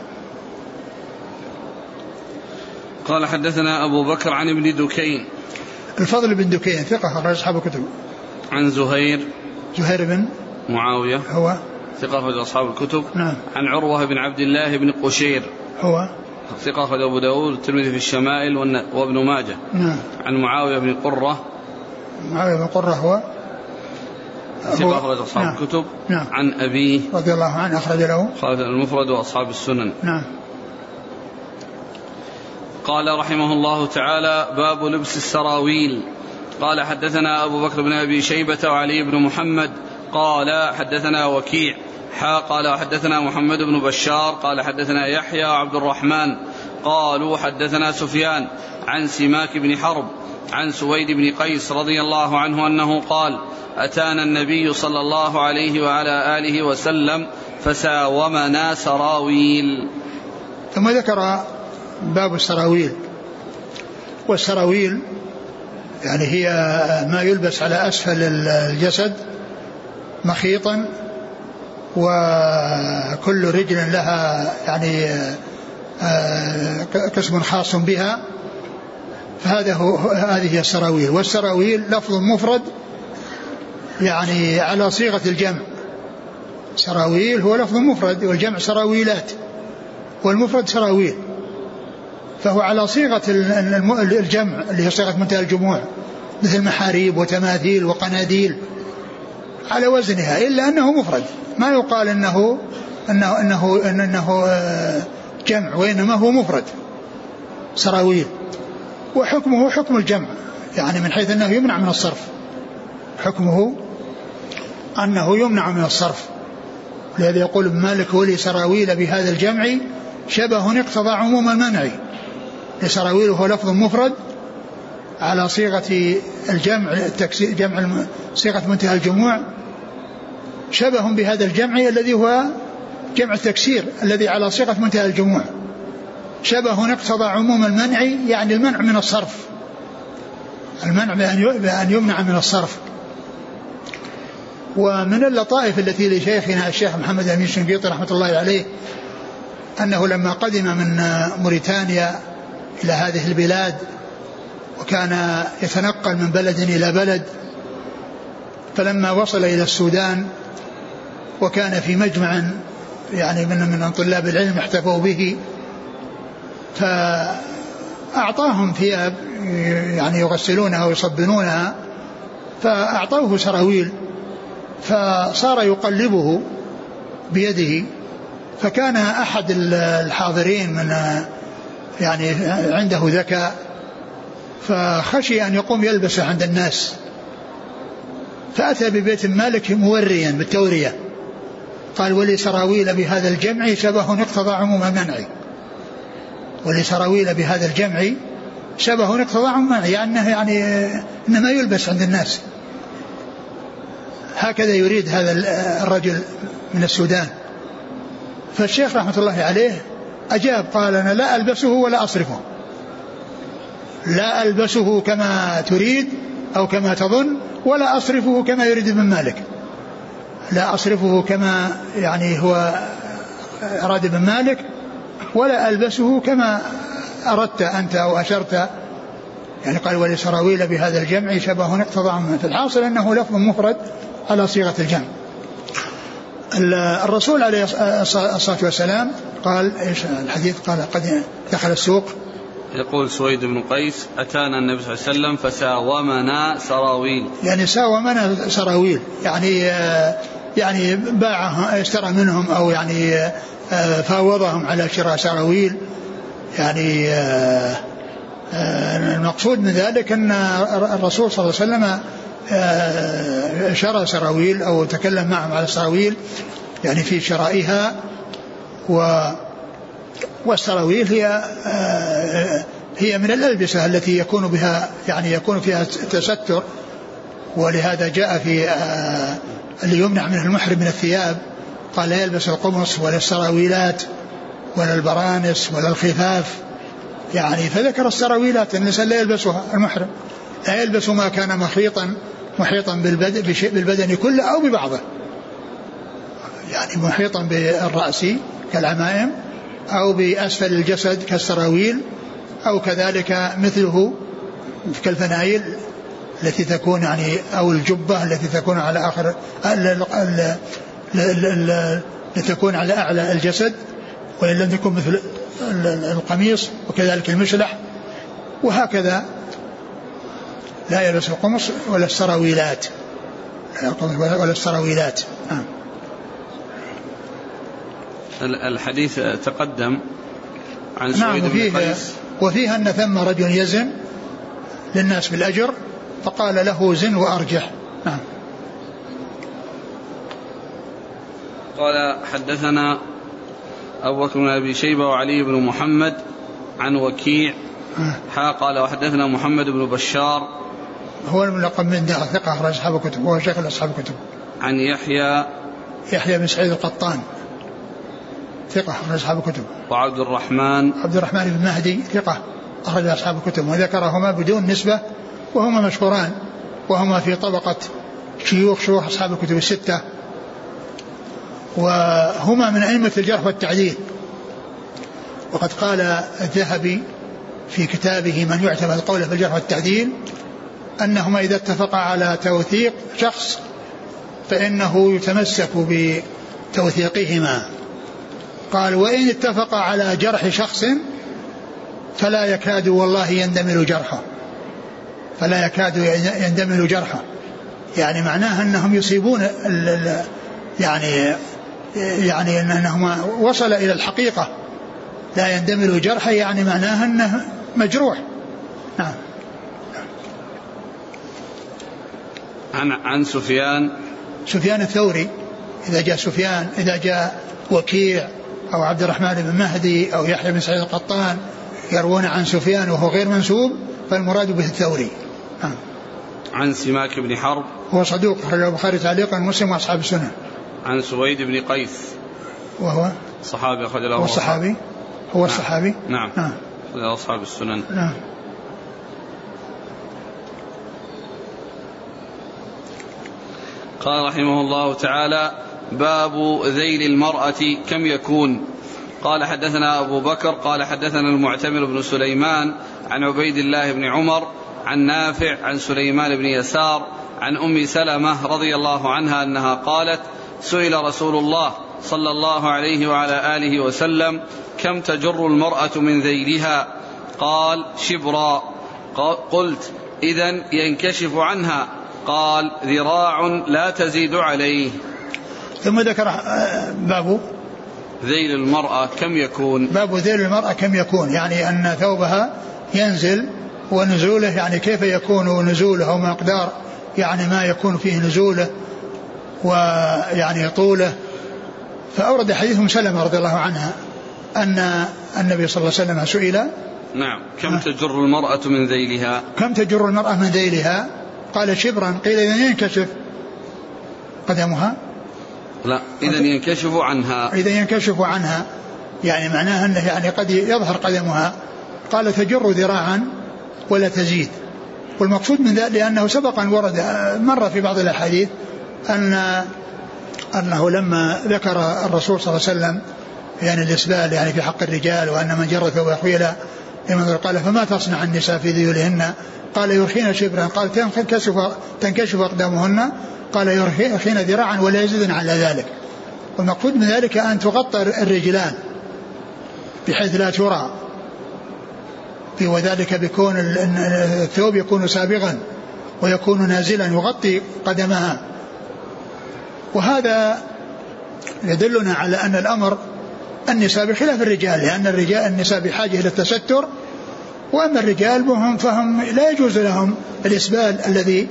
S1: قال حدثنا أبو بكر عن ابن دكين
S2: الفضل بن دكين ثقة أخرج أصحاب الكتب.
S1: عن زهير
S2: بن معاوية
S1: هو ثقة أخرج أصحاب الكتب.
S2: نعم.
S1: عن عروة بن عبد الله بن قشير هو ثقة أخرج أبو داود والترمذي في الشمائل وابن ماجه.
S2: نعم.
S1: عن معاوية بن قرة
S2: هو
S1: ثقة أخرج أصحاب الكتب.
S2: نعم.
S1: عن أبيه
S2: رضي الله عنه أخرج له
S1: المفرد وأصحاب السنن.
S2: نعم.
S1: قال رحمه الله تعالى: باب لبس السراويل. قال حدثنا أبو بكر بن أبي شيبة وعلي بن محمد قال حدثنا وكيع قال حدثنا محمد بن بشار قال حدثنا يحيى وعبد الرحمن قالوا حدثنا سفيان عن سماك بن حرب عن سويد بن قيس رضي الله عنه أنه قال: أتانا النبي صلى الله عليه وعلى آله وسلم فساومنا سراويل.
S2: ثم ذكر باب السراويل. والسراويل يعني هي ما يلبس على أسفل الجسد مخيطا وكل رجل لها يعني قسم خاص بها، هذه هي السراويل. والسراويل لفظ مفرد يعني على صيغة الجمع. سراويل هو لفظ مفرد والجمع سراويلات والمفرد سراويل، فهو على صيغة الجمع اللي هي صيغة منتهى الجموع مثل محاريب وتماثيل وقناديل على وزنها، إلا أنه مفرد ما يقال أنه جمع، وإنما هو مفرد سراويل. وحكمه حكم الجمع يعني من حيث أنه يمنع من الصرف، حكمه أنه يمنع من الصرف. لذلك يقول ابن مالك: ولي سراويل بهذا الجمع شبه اقتضى عموم المنع. لسراويل هو لفظ مفرد على صيغة الجمع جمع صيغة منتهى الجموع، شبه بهذا الجمع الذي هو جمع التكسير الذي على صيغة منتهى الجموع. شبه اقتضى عموم المنع يعني المنع من الصرف، المنع بأن يمنع من الصرف. ومن اللطائف التي لشيخنا الشيخ محمد الأمين الشنقيطي رحمة الله عليه أنه لما قدم من موريتانيا إلى هذه البلاد وكان يتنقل من بلد إلى بلد، فلما وصل إلى السودان وكان في مجمع يعني من طلاب العلم احتفوا به، فأعطاهم ثياب يعني يغسلونها ويصبنونها، فأعطوه سراويل فصار يقلبه بيده. فكان أحد الحاضرين من يعني عنده ذكاء فخشي أن يقوم يلبسه عند الناس، فأتى ببيت مالك موريا بالتورية، قال: ولي سراويل بهذا الجمع شبه اقتضى عموم المنع. ولي سراويل بهذا الجمع شبه اقتضى عموم المنع يعني إنما يلبس عند الناس. هكذا يريد هذا الرجل من السودان. فالشيخ رحمة الله عليه أجاب قال: أنا لا ألبسه ولا أصرفه، لا ألبسه كما تريد أو كما تظن، ولا أصرفه كما يريد ابن مالك، لا أصرفه كما يعني هو أراد ابن مالك، ولا ألبسه كما أردت أنت أو أشرت. يعني قال: ولسراويل بهذا الجمع شبه اقتضى عموم. في الحاصل أنه لفظ مفرد على صيغة الجمع. الرسول عليه الصلاة والسلام قال إيش الحديث؟ قال: قد دخل السوق.
S1: يقول سويد بن قيس: أتانا النبي صلى الله عليه وسلم فساومنا سراويل.
S2: يعني ساومنا سراويل يعني باعها اشترى منهم أو يعني فاوضهم على شراء سراويل. يعني المقصود من ذلك أن الرسول صلى الله عليه وسلم شرى سراويل أو تكلم معهم على سراويل يعني في شرائها. والسراويل هي من الألبسة التي يكون بها يعني يكون فيها تستر، ولهذا جاء في اللي يمنع منه المحرم من الثياب قال لا يلبس القمص ولا السراويلات ولا البرانس ولا الخفاف يعني. فذكر السراويلات الإنسان لا يلبسها المحرم، لا يلبس ما كان محيطا بالبدن كله أو ببعضه، يعني محيطا بالرأس كالعمائم أو بأسفل الجسد كالسراويل، أو كذلك مثله كالفنايل التي تكون يعني أو الجبة التي تكون على آخر لتكون على أعلى الجسد، وإن لم تكن مثل القميص، وكذلك المشلح، وهكذا لا يلبس القمص ولا السراويلات ولا السراويلات.
S1: الحديث تقدم عن
S2: سعيد بن قيس وفيها أن ثم رجل يزن للناس بالأجر فقال له زن وأرجح. نعم.
S1: قال حدثنا أبو بكر بن أبي شيبة وعلي بن محمد عن وكيع قال وحدثنا محمد بن بشار
S2: هو الملقب من دار ثقة أخرج أصحاب الكتب وهو شيخ أصحاب الكتب.
S1: عن يحيى
S2: بن سعيد القطان ثقة أخرج أصحاب الكتب.
S1: وعبد الرحمن
S2: بن مهدي ثقة أخرج أصحاب الكتب، وذكرهما بدون نسبة وهما مشهوران وهما في طبقة شيوخ أصحاب الكتب الستة، وهما من أئمة الجرح والتعديل. وقد قال الذهبي في كتابه من يعتمد قوله في الجرح والتعديل أنهما إذا اتفقا على توثيق شخص فإنه يتمسك بتوثيقهما. قال وإن اتفقا على جرح شخص فلا يكاد والله يندمل جرحه، يعني معناه أنهم يصيبون يعني أنهما وصل إلى الحقيقة لا يندمل جرحه، يعني معناه أنه مجروح. نعم.
S1: عن سفيان
S2: الثوري إذا جاء وكيع أو عبد الرحمن بن مهدي أو يحيى بن سعيد القطان يروون عن سفيان وهو غير منسوب فالمراد به الثوري.
S1: عن سماك بن حرب
S2: هو صدوق أخرجه البخاري تعليقا ومسلم وأصحاب السنن.
S1: عن سويد بن قيس
S2: وهو
S1: صحابي أخرج له
S2: هو الصحابي.
S1: نعم. أخرج أصحاب السنن.
S2: نعم.
S1: قال رحمه الله تعالى باب ذيل المرأة كم يكون. قال حدثنا أبو بكر قال حدثنا المعتمر بن سليمان عن عبيد الله بن عمر عن نافع عن سليمان بن يسار عن أم سلمة رضي الله عنها أنها قالت سئل رسول الله صلى الله عليه وعلى آله وسلم كم تجر المرأة من ذيلها؟ قال شبرا. قلت إذن ينكشف عنها؟ قال ذراع لا تزيد عليه.
S2: ثم ذكر باب
S1: ذيل المرأة كم يكون.
S2: باب ذيل المرأة كم يكون، يعني أن ثوبها ينزل ونزوله يعني كيف يكون نزوله ومقدار يعني ما يكون فيه نزوله ويعني طوله. فأورد حديث أم سلمة رضي الله عنها أن النبي صلى الله عليه وسلم سئل
S1: نعم كم تجر المرأة من ذيلها؟
S2: كم تجر المرأة من ذيلها؟ قال شبرا. قيل إذا ينكشف قدمها؟
S1: لا إذا ينكشف عنها.
S2: إذا ينكشف عنها يعني معناها أنه يعني قد يظهر قدمها. قال تجر ذراعا ولا تزيد. والمقصود من ذلك لأنه سبق أن ورد مرة في بعض الأحاديث أنه لما ذكر الرسول صلى الله عليه وسلم يعني الإسبال يعني في حق الرجال وأن من جر ثوبه خيلا قال فما تصنع النساء في ذيولهن؟ قال يرخين شبرا. قال تنكشف أقدامهن؟ قال يرخين ذراعا ولا يزيدن على ذلك. والمقصود من ذلك أن تغطى الرجلان بحيث لا ترى، وذلك بيكون الثوب يكون سابغا ويكون نازلا يغطي قدمها. وهذا يدلنا على أن الأمر النساء بخلاف الرجال، لأن النساء بحاجة إلى التستر، وأما الرجال فهم لا يجوز لهم الإسبال الذي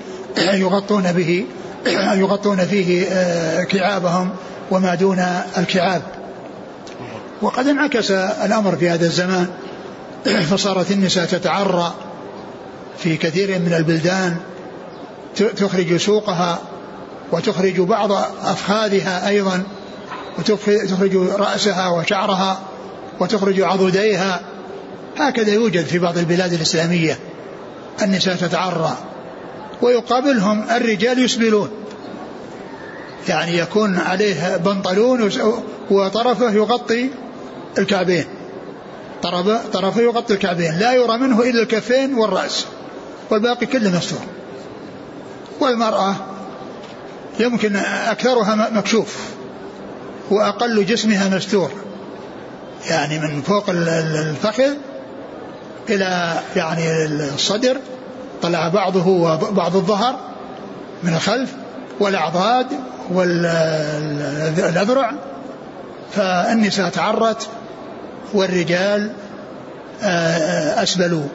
S2: يغطون فيه كعابهم وما دون الكعاب. وقد انعكس الأمر في هذا الزمان، فصارت النساء تتعرى في كثير من البلدان، تخرج سوقها وتخرج بعض أفخاذها أيضا، وتخرج رأسها وشعرها وتخرج عضديها. هكذا يوجد في بعض البلاد الإسلامية النساء تتعرى، ويقابلهم الرجال يسبلون، يعني يكون عليه بنطلون وطرفه يغطي الكعبين، طرفه يغطي الكعبين، لا يرى منه إلا الكفين والرأس، والباقي كله مستور. والمرأة يمكن أكثرها مكشوف وأقل جسمها مستور، يعني من فوق الفخذ إلى يعني الصدر طلع بعضه وبعض الظهر من الخلف، والأعضاد والأذرع. فالنساء تعرت والرجال أسبلوا،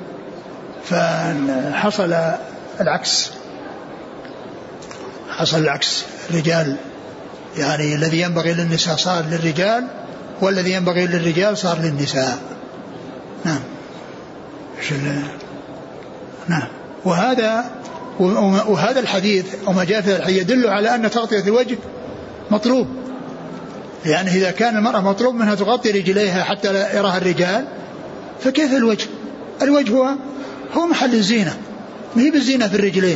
S2: فحصل العكس، الرجال يعني الذي ينبغي للنساء صار للرجال، والذي ينبغي للرجال صار للنساء. نعم. نعم. وهذا الحديث وما جاء في الحديث يدل على أن تغطية الوجه مطلوب، لأن إذا كان المرأة مطلوب منها تغطي رجليها حتى لا يراها الرجال، فكيف الوجه؟ الوجه هو محل الزينة، ما هي بالزينة في الرجلين،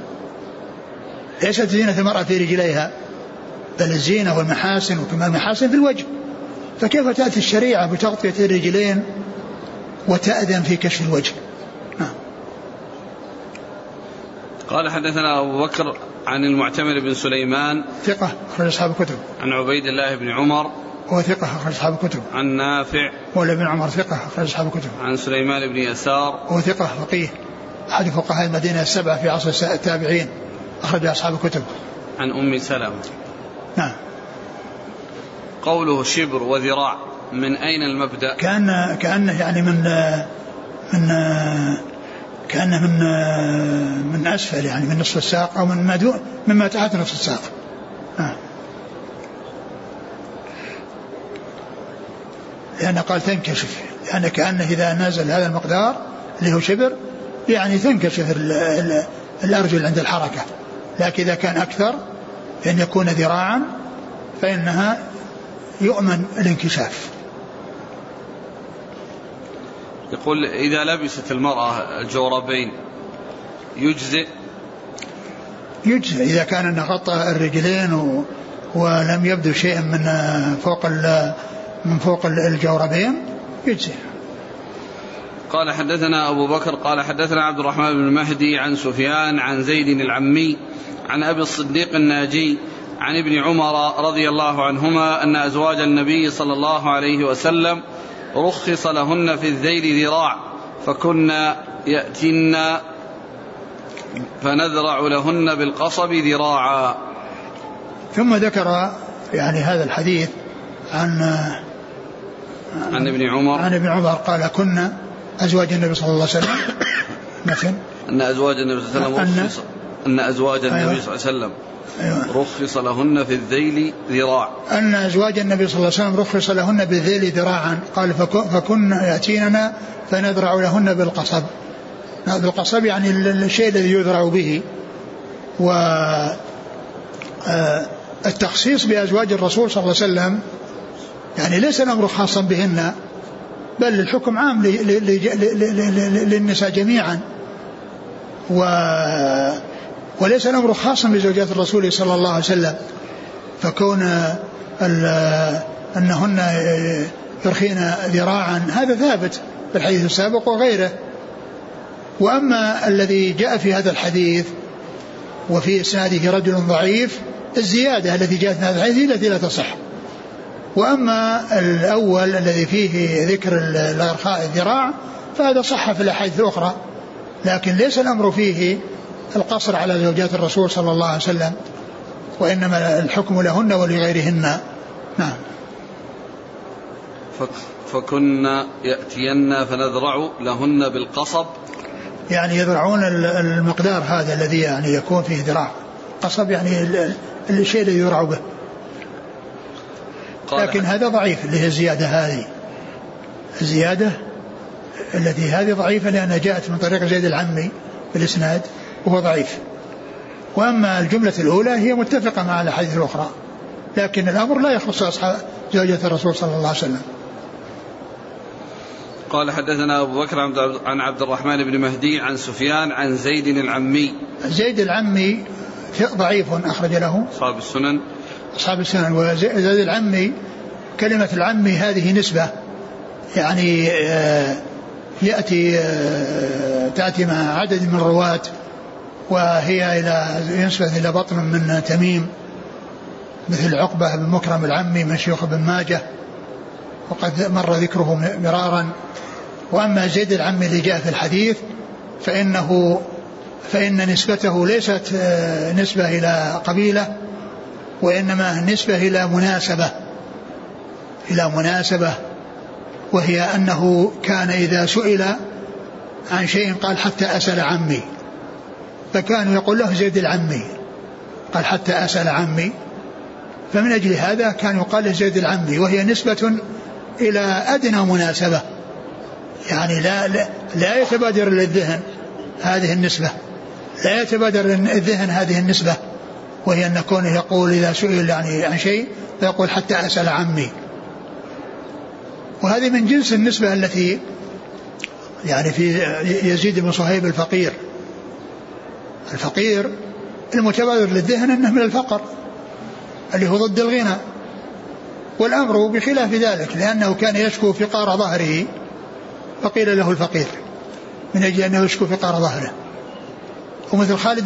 S2: ليست زينة المرأة في رجليها، بل الزينة والمحاسن وكما المحاسن في الوجه. فكيف تأتي الشريعة بتغطية الرجلين وتأذن في كشف الوجه؟
S1: قال حدثنا أبو بكر عن المعتمر بن سليمان
S2: ثقة أخرج أصحاب الكتب.
S1: عن عبيد الله بن عمر
S2: هو ثقة أخرج أصحاب الكتب.
S1: عن نافع
S2: مولى بن عمر ثقة أخرج أصحاب الكتب.
S1: عن سليمان بن يسار
S2: هو ثقة فقيه أحد فقهاء المدينة السبعة في عصر التابعين أخرج أصحاب الكتب.
S1: عن أم سلمة.
S2: نعم.
S1: قوله شبر وذراع من أين المبدأ؟
S2: كأنه يعني كأنه من أسفل، يعني من نصف الساق أو مما تحت نصف الساق. لأن قال تنكشف، يعني كأنه إذا نزل هذا المقدار اللي هو شبر يعني تنكشف الأرجل عند الحركة، لكن إذا كان أكثر فإن يكون ذراعا فإنها يؤمن الانكشاف.
S1: يقول إذا لبست المرأة الجوربين يجزئ
S2: إذا كان غطى الرجلين ولم يبدو شيء من فوق الجوربين يجزئ.
S1: قال حدثنا أبو بكر قال حدثنا عبد الرحمن بن مهدي عن سفيان عن زيد العمي عن أبي الصديق الناجي عن ابن عمر رضي الله عنهما أن أزواج النبي صلى الله عليه وسلم رخص لهن في الذيل ذراع فكنا يأتين فنذرع لهن بالقصب ذراعا.
S2: ثم ذكر يعني هذا الحديث عن
S1: ابن عمر
S2: قال كنا أزواج النبي صلى الله عليه وسلم مثلا
S1: أن أزواج النبي صلى الله عليه وسلم رخص لهن في الذيل ذراع،
S2: أن أزواج النبي صلى الله عليه وسلم رخص لهن بالذيل ذراعا. قال فكن يأتيننا فنذرع لهن بالقصب. بالقصب يعني الشيء الذي يذرع به. والتخصيص بأزواج الرسول صلى الله عليه وسلم يعني ليس الأمر خاصا بهن، بل الحكم عام للنساء جميعا، وليس الأمر خاصا بزوجات الرسول صلى الله عليه وسلم. فكون أنهن يرخين ذراعا هذا ثابت في الحديث السابق وغيره. وأما الذي جاء في هذا الحديث وفي إسناده رجل ضعيف، الزيادة التي جاءت في هذا الحديث التي لا تصح. وأما الأول الذي فيه ذكر الإرخاء الذراع فهذا صح في الأحاديث الأخرى، لكن ليس الأمر فيه القصر على زوجات الرسول صلى الله عليه وسلم، وإنما الحكم لهن ولغيرهن. نعم.
S1: فكنا يأتين فنذرع لهن بالقصب،
S2: يعني يذرعون المقدار هذا الذي يعني يكون فيه ذراع. قصب يعني الشيء الذي يذرع به. لكن هذا ضعيف اللي هي الزيادة هذه، الزيادة التي هذه ضعيفة لأنها جاءت من طريق زيد العمي بالإسناد وهو ضعيف. وأما الجملة الأولى هي متفقة مع الأحاديث الأخرى، لكن الأمر لا يخص أصحاب زوجة الرسول صلى الله عليه وسلم.
S1: قال حدثنا أبو بكر عن عبد الرحمن بن مهدي عن سفيان عن زيد العمي.
S2: زيد العمي ضعيف أخرج له
S1: أصحاب السنن.
S2: أصحاب السنن. وزيد العمي كلمة العمي هذه نسبة، يعني تأتي مع عدد من الرواة، وهي ينسبة إلى بطن من تميم مثل عقبة بن مكرم العمي من شيوخ بن ماجه، وقد مر ذكره مرارا. وأما زيد العمي اللي جاء في الحديث فإن نسبته ليست نسبة إلى قبيلة، وإنما نسبة إلى مناسبة، وهي أنه كان إذا سئل عن شيء قال حتى أسأل عمي، فكانوا يقول له زيد العمي، قال حتى أسأل عمي، فمن أجل هذا كان يقال له زيد العمي، وهي نسبة إلى أدنى مناسبة، يعني لا يتبادر للذهن هذه النسبة، لا يتبادر للذهن هذه النسبة، وهي أن كونه يقول إذا سئل يعني عن شيء فيقول حتى أسأل عمي. وهذه من جنس النسبة التي يعني في يزيد بن صهيب الفقير المتبادر للذهن أنه من الفقر اللي هو ضد الغنى، والأمر بخلاف ذلك، لأنه كان يشكو فقار ظهره فقيل له الفقير من أجل أنه يشكو فقار ظهره. ومثل خالد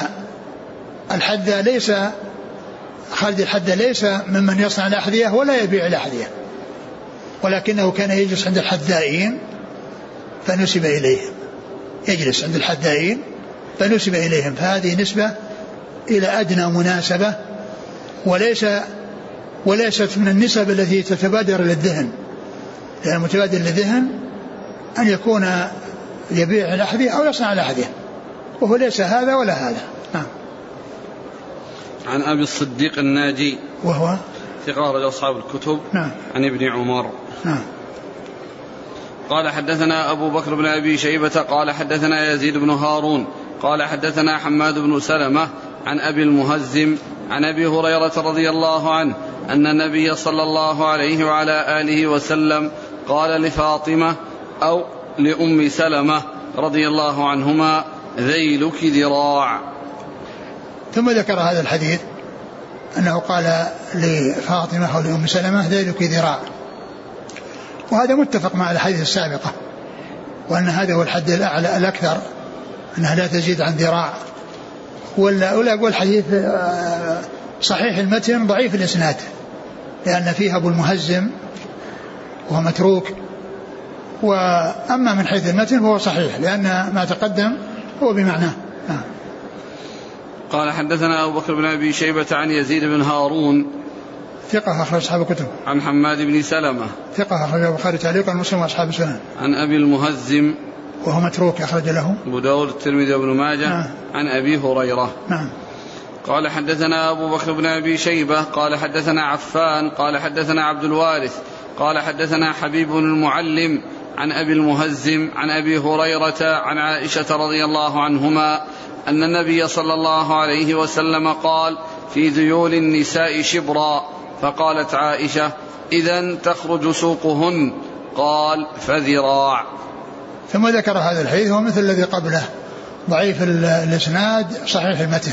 S2: الحذاء ليس ممن يصنع الأحذية ولا يبيع الأحذية، ولكنه كان يجلس عند الحذائين فنسب إليهم، يجلس عند الحذائين فنسب إليهم، فهذه نسبة إلى أدنى مناسبة، وليست من النسب التي تتبادر للذهن، لأن المتبادر للذهن أن يكون يبيع الأحذية أو يصنع الأحذية، وهو ليس هذا ولا هذا. نعم.
S1: عن أبي الصديق الناجي
S2: وهو
S1: ثقة رجل أصحاب الكتب.
S2: نعم.
S1: عن ابن عمر.
S2: نعم.
S1: قال حدثنا أبو بكر بن أبي شيبة قال حدثنا يزيد بن هارون قال حدثنا حماد بن سلمة عن أبي المهزم عن أبي هريرة رضي الله عنه أن النبي صلى الله عليه وعلى آله وسلم قال لفاطمة أو لأم سلمة رضي الله عنهما ذيلك ذراع.
S2: ثم ذكر هذا الحديث أنه قال لفاطمة أو لأم سلمة ذيلك ذراع، وهذا متفق مع الحديث السابقة، وأن هذا هو الحد الأعلى الأكثر، أنها لا تزيد عن ذراع. ولا أقول حديث صحيح المتن ضعيف الإسناد، لأن فيها أبو المهزم وهو متروك، وأما من حيث المتن فهو صحيح لأن ما تقدم هو بمعناه.
S1: قال حدثنا أبو بكر بن أبي شيبة عن يزيد بن هارون
S2: ثقة أخرج أصحاب الكتب.
S1: عن حماد بن سلمة ثقة
S2: أخرج البخاري تعليقا ومسلم وأصحاب السنن.
S1: عن أبي المهزم
S2: وهو متروك أخرج له
S1: أبو داود الترمذي وابن ماجه.
S2: نعم.
S1: عن أبي هريرة.
S2: نعم.
S1: قال حدثنا أبو بكر بن أبي شيبة قال حدثنا عفان قال حدثنا عبد الوارث قال حدثنا حبيب المعلم عن أبي المهزم عن أبي هريرة عن عائشة رضي الله عنهما أن النبي صلى الله عليه وسلم قال في ذيول النساء شبرا، فقالت عائشة إذن تخرج سوقهن، قال فذراع.
S2: ثم ذكر هذا الحديث ومثل الذي قبله ضعيف الإسناد صحيح المتن.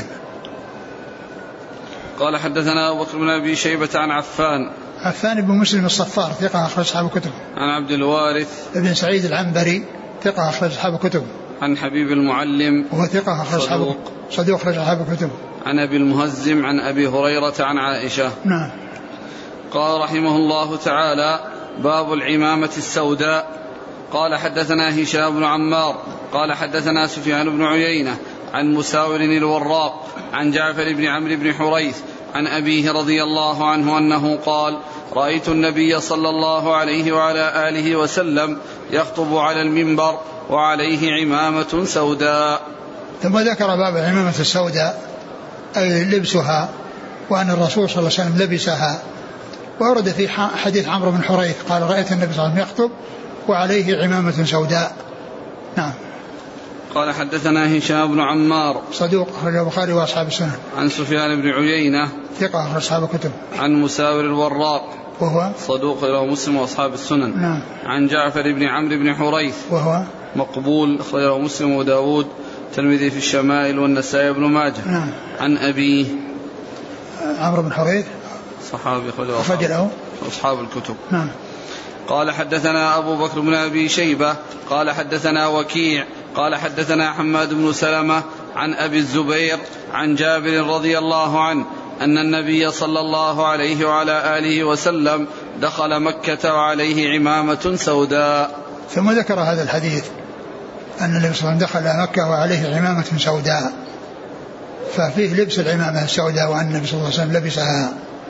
S1: قال حدثنا أبو بكر بن أبي شيبة عن
S2: عفان بن مسلم الصفار ثقة أخرج أصحاب الكتب.
S1: عن عبد الوارث
S2: ابن سعيد العنبري ثقة أخرج أصحاب الكتب.
S1: عن حبيب المعلم
S2: وهو ثقة أخرج صدوق أخرج أصحاب الكتب.
S1: عن أبي المهزم عن أبي هريرة عن عائشة.
S2: نعم.
S1: قال رحمه الله تعالى باب العمامة السوداء. قال حدثنا هشام بن عمار قال حدثنا سفيان بن عيينة عن مساور الوراق عن جعفر بن عمرو بن حريث عن أبيه رضي الله عنه أنه قال: رأيت النبي صلى الله عليه وعلى آله وسلم يخطب على المنبر وعليه عمامة سوداء.
S2: ثم ذكر باب العمامة السوداء أي لبسها، وأن الرسول صلى الله عليه وسلم لبسها. وورد في حديث عمرو بن حريث قال: رأيت النبي صلى الله عليه وسلم يخطب وعليه عمامة سوداء. نعم.
S1: قال: حدثنا هشام بن عمار
S2: صدوق أخرجه البخاري وأصحاب السنن.
S1: عن سفيان بن عيينة
S2: ثقة أخرج أصحاب الكتب.
S1: عن مساور الوراق وهو
S2: صدوق
S1: له مسلم وأصحاب السنن.
S2: نعم.
S1: عن جعفر بن عمرو بن حريث
S2: وهو
S1: مقبول أخرجه مسلم وداود تلميذه في الشمائل والنسائي بن ماجه.
S2: نعم.
S1: عن أبيه
S2: عمرو بن حريث
S1: صحابي
S2: أخرج له
S1: أصحاب الكتب.
S2: نعم.
S1: قال: حدثنا أبو بكر بن أبي شيبة قال حدثنا وكيع قال حدثنا حماد بن سلمة عن أبي الزبير عن جابر رضي الله عنه أن النبي صلى الله عليه وعلى آله وسلم دخل مكة وعليه عمامة سوداء.
S2: ثم ذكر هذا الحديث أن النبي صلى الله عليه وسلم دخل مكة وعليه عمامة سوداء، ففيه لبس العمامة السوداء وأن النبي صلى الله عليه وسلم لبسها.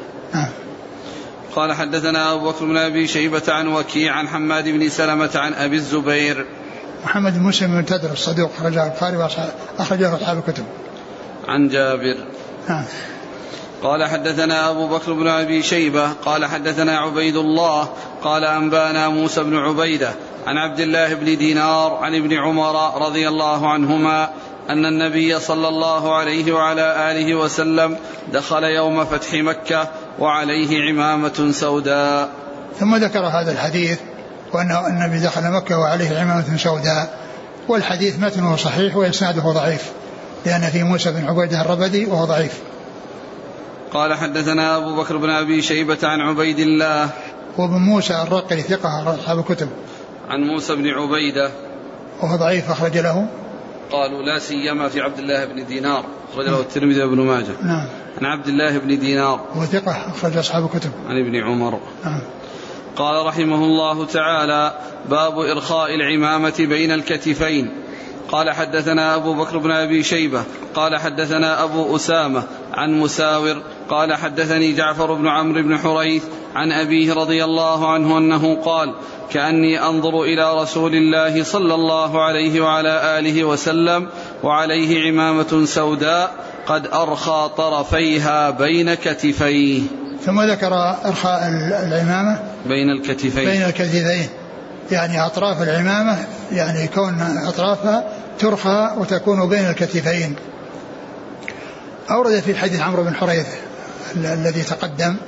S1: قال: حدثنا أبو بكر بن أبي شيبة عن وكيع عن حماد بن سلمة عن أبي الزبير
S2: محمد بن مسلم بن تدرس صدوق أخرجه البخاري وأخرجه أصحاب الكتب.
S1: عن جابر. قال: حدثنا أبو بكر بن أبي شيبة قال حدثنا عبيد الله قال أنبانا موسى بن عبيدة عن عبد الله بن دينار عن ابن عمر رضي الله عنهما أن النبي صلى الله عليه وعلى آله وسلم دخل يوم فتح مكة وعليه عمامة سوداء.
S2: ثم ذكر هذا الحديث وأن النبي دخل مكة وعليه عمامة سوداء، والحديث متنه صحيح وإسناده ضعيف لأن في موسى بن عبيدة الربدي وهو ضعيف.
S1: قال: حدثنا أبو بكر بن أبي شيبة عن عبيد الله
S2: وابن موسى الرقي ثقة أصحاب الكتب.
S1: عن موسى بن عبيدة
S2: وهو ضعيف أخرج له
S1: قالوا لا سيما في عبد الله بن دينار أخرج له الترمذي وابن ماجه.
S2: نعم.
S1: عن عبد الله بن دينار
S2: وثقة أخرج أصحاب الكتب.
S1: عن ابن عمر.
S2: نعم.
S1: قال رحمه الله تعالى: باب إرخاء العمامة بين الكتفين. قال: حدثنا أبو بكر بن أبي شيبة قال حدثنا أبو أسامة عن مساور قال حدثني جعفر بن عمرو بن حريث عن أبيه رضي الله عنه أنه قال: كأني أنظر إلى رسول الله صلى الله عليه وعلى آله وسلم وعليه عمامة سوداء قد أرخى طرفيها بين كتفيه.
S2: ثم ذكر إرخاء العمامة
S1: بين الكتفين
S2: يعني أطراف العمامة، يعني كون أطرافها ترخى وتكون بين الكتفين. أورد في حديث عمرو بن حريث الذي تقدم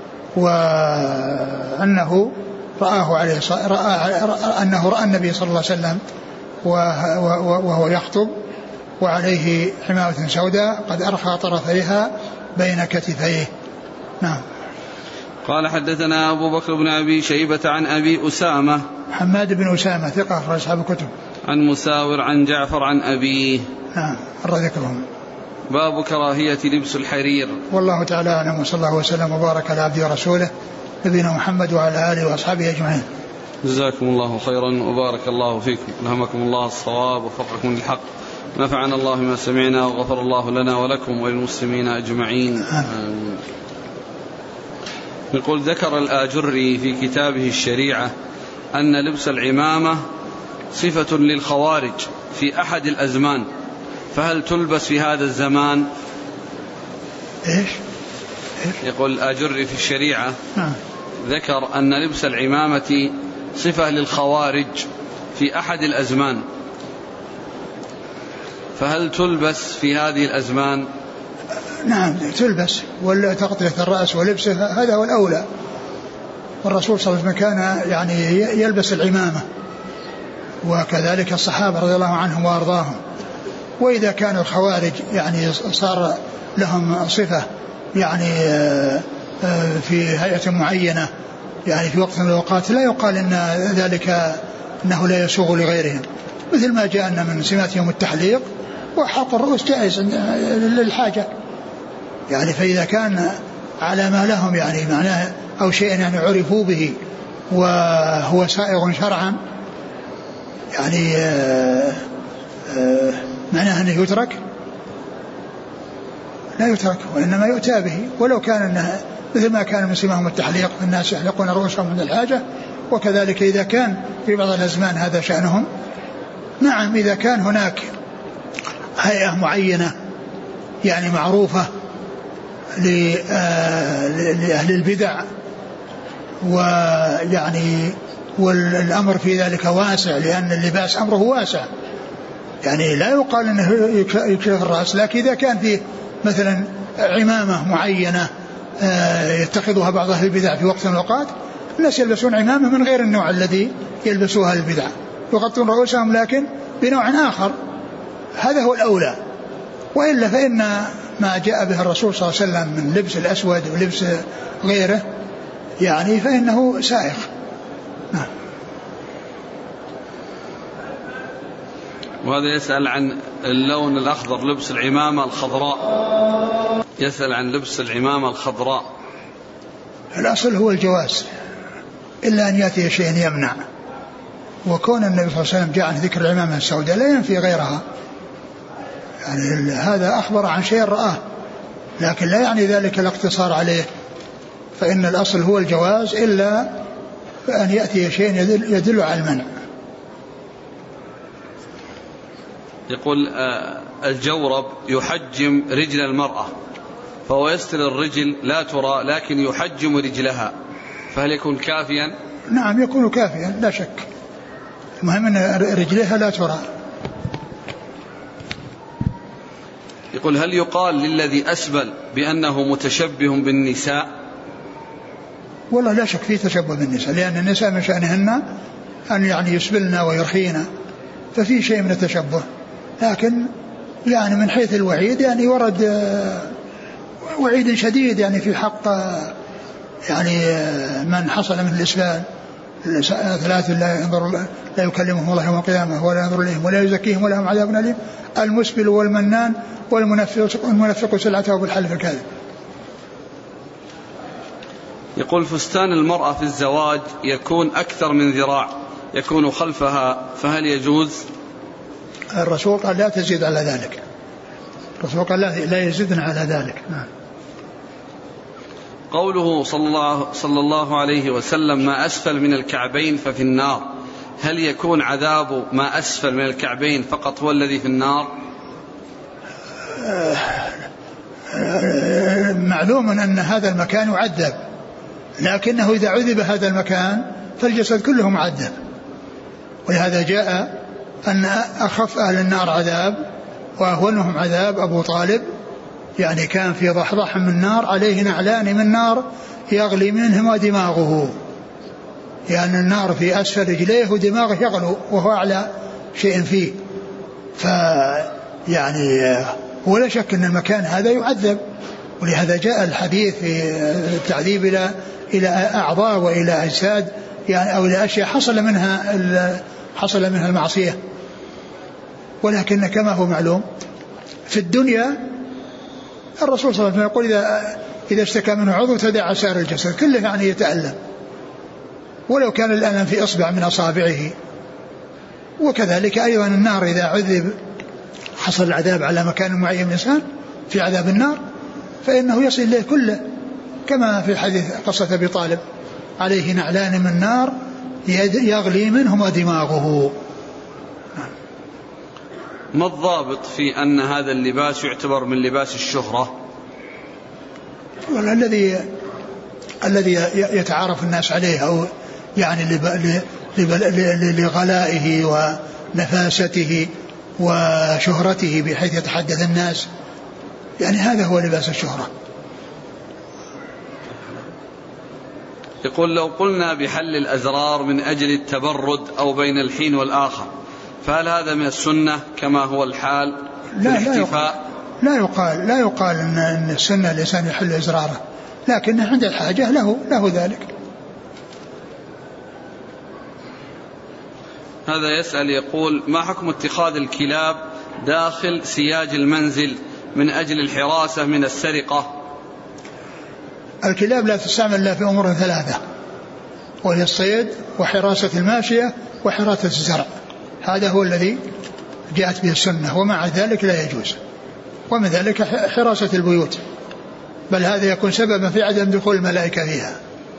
S2: وأنه أنه رأى النبي صلى الله عليه وسلم وهو يخطب وعليه عمامة سوداء قد أرخى طرفيها بين كتفيه. نعم.
S1: قال: حدثنا أبو بكر بن أبي شيبة عن أبي أسامة
S2: حماد بن أسامة ثقة أخرج أصحاب الكتب.
S1: عن مساور عن جعفر عن أبيه.
S2: نعم. ذكرهم.
S1: باب كراهية لبس الحرير.
S2: والله تعالى أعلم، وصلى الله وسلم وبارك على عبده ورسوله نبينا محمد وعلى آله وأصحابه أجمعين.
S1: جزاكم الله خيرا وبارك الله فيكم، ألهمكم الله الصواب ووفقكم للحق، نفعنا الله ما سمعنا وغفر الله لنا ولكم وللمسلمين أجمعين. يقول: ذكر الآجري في كتابه الشريعة أن لبس العمامة صفة للخوارج في أحد الأزمان، فهل تلبس في هذا الزمان؟
S2: إيش؟
S1: يقول الآجري في الشريعة ذكر أن لبس العمامة صفة للخوارج في أحد الأزمان، فهل تلبس في هذه الأزمان؟
S2: نعم تلبس، ولا تغطية الرأس ولبسها هذا هو الأولى. والرسول صلى الله عليه وسلم كان يعني يلبس العمامة، وكذلك الصحابة رضي الله عنهم وأرضاهم. وإذا كان الخوارج يعني صار لهم صفة يعني في هيئة معينة يعني في وقت من الأوقات، لا يقال إن ذلك أنه لا يسوغ لغيرهم، مثل ما جاءنا من سماتهم التحليق وحلق الرؤوس جائز للحاجة يعني. فإذا كان على ما لهم يعني معناه أو شيء يعني عرفوا به وهو سائغ شرعا يعني معناه أنه يترك لا يترك وإنما يؤتى به، ولو كان مثل ما كان من سماهم التحليق، الناس يحلقون رؤوسهم من الحاجة، وكذلك إذا كان في بعض الأزمان هذا شأنهم. نعم إذا كان هناك هيئة معينة يعني معروفة لأهل البدع، ويعني والأمر في ذلك واسع، لأن اللباس أمره واسع، يعني لا يقال أنه يكشف الرأس، لكن إذا كان فيه مثلا عمامة معينة يتخذها بعض أهل البدع في وقت من الأوقات، الناس يلبسون عمامة من غير النوع الذي يلبسوها البدع، يغطون رؤوسهم لكن بنوع آخر، هذا هو الأولى. وإلا فإن ما جاء به الرسول صلى الله عليه وسلم من لبس الأسود ولبس غيره يعني فإنه سائغ. نعم.
S1: وهذا يسأل عن اللون الأخضر، لبس العمامة الخضراء، يسأل عن لبس العمامة الخضراء.
S2: الأصل هو الجواز إلا أن يأتي شيء يمنع، وكون النبي صلى الله عليه وسلم جاء عن ذكر العمامة السوداء لا ينفي غيرها، يعني هذا أخبر عن شيء رآه، لكن لا يعني ذلك الاقتصار عليه، فإن الأصل هو الجواز إلا أن يأتي شيء يدل على المنع.
S1: يقول الجورب يحجم رجل المرأة، فهو يستر الرجل لا ترى لكن يحجم رجلها، فهل يكون كافيا؟
S2: نعم يكون كافيا لا شك، المهم أن رجلها لا ترى.
S1: يقول هل يقال للذي أسبل بأنه متشبه بالنساء؟
S2: والله لا شك فيه تشبه بالنساء، لأن النساء من شأنهن أن يعني يسبلن ويرخين، ففي شيء من التشبه، لكن يعني من حيث الوعيد يعني ورد وعيد شديد يعني في حق يعني من حصل من الإسبال، ثلاث لا يكلمهم الله يوم القيامة ولا ينظر إليهم ولا يزكيهم ولهم عذاب أليم، المسبل والمنان والمنفق سلعته بالحلف الكاذب.
S1: يقول فستان المرأة في الزواج يكون أكثر من ذراع يكون خلفها، فهل يجوز؟
S2: الرسول قال لا تزيد على ذلك، الرسول قال لا يزيدنا على ذلك. نعم.
S1: قوله صلى الله عليه وسلم ما أسفل من الكعبين ففي النار، هل يكون عذاب ما أسفل من الكعبين فقط هو الذي في النار؟
S2: معلوم أن هذا المكان يعذب، لكنه إذا عذب هذا المكان فالجسد كله معذب، ولهذا جاء أن أخف أهل النار عذاب وأهونهم عذاب أبو طالب، يعني كان في ضحضح من نار عليه نعلان من نار يغلي منهما دماغه، يعني النار في أسفل رجليه ودماغه يغلو وهو أعلى شيء فيه، يعني ولا شك أن المكان هذا يعذب، ولهذا جاء الحديث في التعذيب إلى أعضاء وإلى أجساد يعني أو إلى أشياء حصل منها المعصية. ولكن كما هو معلوم في الدنيا الرسول صلى الله عليه وسلم يقول إذا اشتكى منه عضو تداعى سائر الجسد كله، يعني يتألم ولو كان الألم في إصبع من أصابعه. وكذلك أيضا النار إذا عذب حصل العذاب على مكان معين من الإنسان في عذاب النار فإنه يصل إليه كله، كما في حديث قصة أبي طالب عليه نعلان من نار يغلي منهما دماغه.
S1: ما الضابط في أن هذا اللباس يعتبر من لباس الشهرة؟
S2: الذي يتعارف الناس عليه أو يعني لغلائه ونفاسته وشهرته بحيث يتحدث الناس، يعني هذا هو لباس الشهرة.
S1: يقول لو قلنا بحل الأزرار من أجل التبرد أو بين الحين والآخر فهل هذا من السنة كما هو الحال في الاحتفاء؟
S2: لا يقال أن السنة الإنسان يحل إزراره، لكن عند الحاجة له ذلك.
S1: هذا يسأل يقول ما حكم اتخاذ الكلاب داخل سياج المنزل من أجل الحراسة من السرقة؟
S2: الكلاب لا تستعمل إلا في أمور ثلاثة، وهي الصيد وحراسة الماشية وحراسة الزرع، هذا هو الذي جاءت به السنة، ومع ذلك لا يجوز. ومن ذلك حراسة البيوت، بل هذا يكون سببا في عدم دخول الملائكة فيها.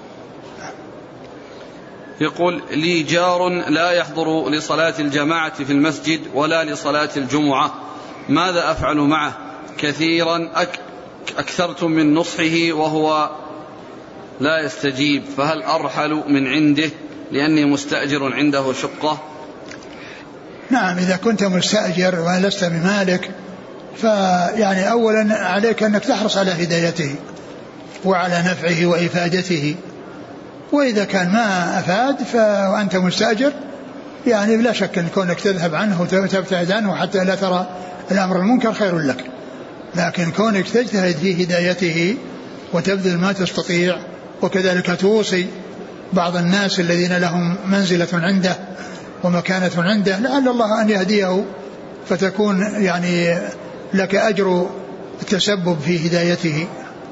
S1: يقول لي جار لا يحضر لصلاة الجماعة في المسجد ولا لصلاة الجمعة، ماذا أفعل معه؟ كثيرا أكثرت من نصحه وهو لا يستجيب، فهل أرحل من عنده لأني مستأجر عنده شقة؟
S2: نعم، إذا كنت مستأجر ولست بمالك فيعني أولا عليك أنك تحرص على هدايته وعلى نفعه وإفادته، وإذا كان ما أفاد وأنت مستأجر يعني بلا شك أن كونك تذهب عنه وتبتعد عنه حتى لا ترى الأمر المنكر خير لك، لكن كونك تجتهد في هدايته وتبذل ما تستطيع، وكذلك توصي بعض الناس الذين لهم منزلة عنده ومكانة عنده لعل الله أن يهديه فتكون يعني لك أجر التسبب في هدايته.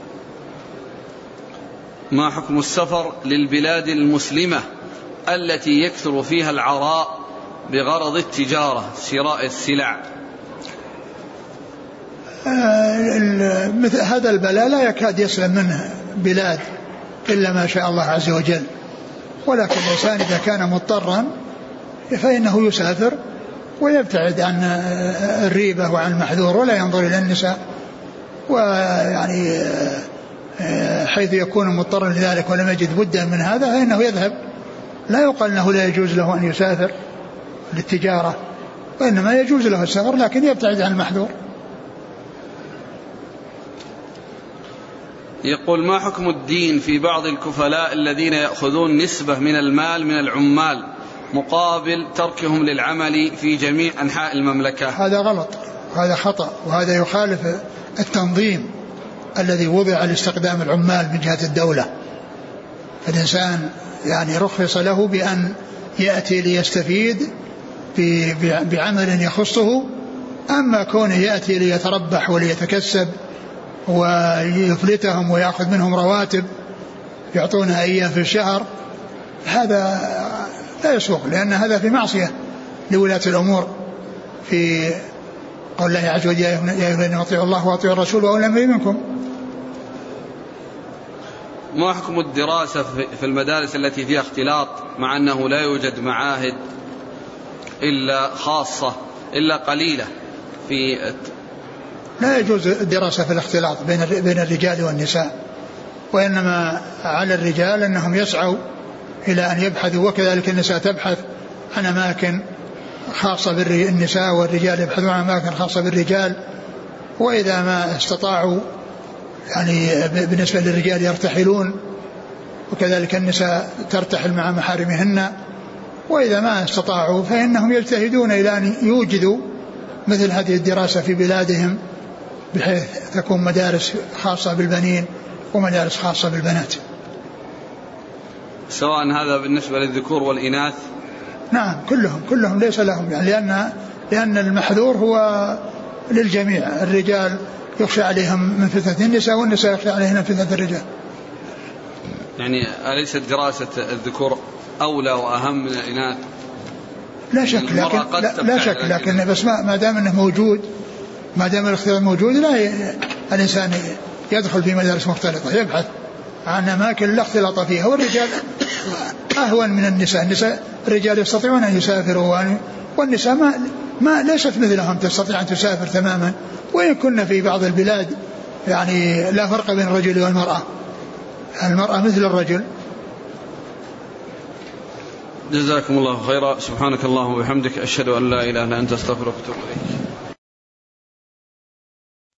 S1: ما حكم السفر للبلاد المسلمة التي يكثر فيها العراء بغرض التجارة شراء السلع؟
S2: مثل هذا البلاء لا يكاد يسلم منه بلاد إلا ما شاء الله عز وجل، ولكن الإنسان إذا كان مضطرا فإنه يسافر ويبتعد عن الريبة وعن المحذور ولا ينظر إلى النساء، ويعني حيث يكون مضطرا لذلك ولم يجد بدا من هذا فإنه يذهب، لا يقال أنه لا يجوز له أن يسافر للتجارة، وإنما يجوز له السفر لكن يبتعد عن المحذور.
S1: يقول ما حكم الدين في بعض الكفلاء الذين يأخذون نسبة من المال من العمال مقابل تركهم للعمل في جميع أنحاء المملكة؟
S2: هذا غلط، هذا خطأ، وهذا يخالف التنظيم الذي وضع لاستخدام العمال من جهة الدولة. فالإنسان يعني رخص له بأن يأتي ليستفيد بعمل يخصه، أما كونه يأتي ليتربح وليتكسب ويفلتهم ويأخذ منهم رواتب يعطونها إياه في الشهر، هذا لا يسوق، لأن هذا في معصية لولاة الأمور في قول الله عز وجل: يا أيها الذين اطيعوا الله واطيعوا الرسول وأولي الأمر منكم.
S1: ما حكم الدراسة في المدارس التي فيها اختلاط مع أنه لا يوجد معاهد إلا خاصة إلا قليلة في
S2: لا يجوز الدراسة في الاختلاط بين الرجال والنساء، وإنما على الرجال أنهم يسعوا إلى أن يبحثوا، وكذلك النساء تبحث عن أماكن خاصة بالنساء، والرجال يبحثون عن أماكن خاصة بالرجال، وإذا ما استطاعوا يعني بالنسبة للرجال يرتحلون، وكذلك النساء ترتحل مع محارمهن، وإذا ما استطاعوا فإنهم يجتهدون إلى أن يوجدوا مثل هذه الدراسة في بلادهم بحيث تكون مدارس خاصة بالبنين ومدارس خاصة بالبنات.
S1: سواء هذا بالنسبة للذكور والإناث؟
S2: نعم، كلهم ليس لهم يعني، لأن المحذور هو للجميع، الرجال يخشى عليهم من فتنة النساء، والنساء يخشى عليهم من فتنة الرجال.
S1: يعني أليست دراسة الذكور أولى وأهم من الإناث؟
S2: لا شك، لكن بس ما دام أنه موجود، ما دام الاختلاط موجود، لا الإنسان يدخل في مدارس مختلطة يبحث عن أماكن لا اختلاط فيها، والرجال أهون من النساء. الرجال يستطيعون أن يسافروا، والنساء ما ليست مثلهم تستطيع أن تسافر تماما، وإن كنا في بعض البلاد يعني لا فرق بين الرجل والمرأة، المرأة مثل الرجل.
S1: جزاكم الله خيرا. سبحانك اللهم وبحمدك، أشهد أن لا إله إلا أنت، أستغفرك وأتوب إليك.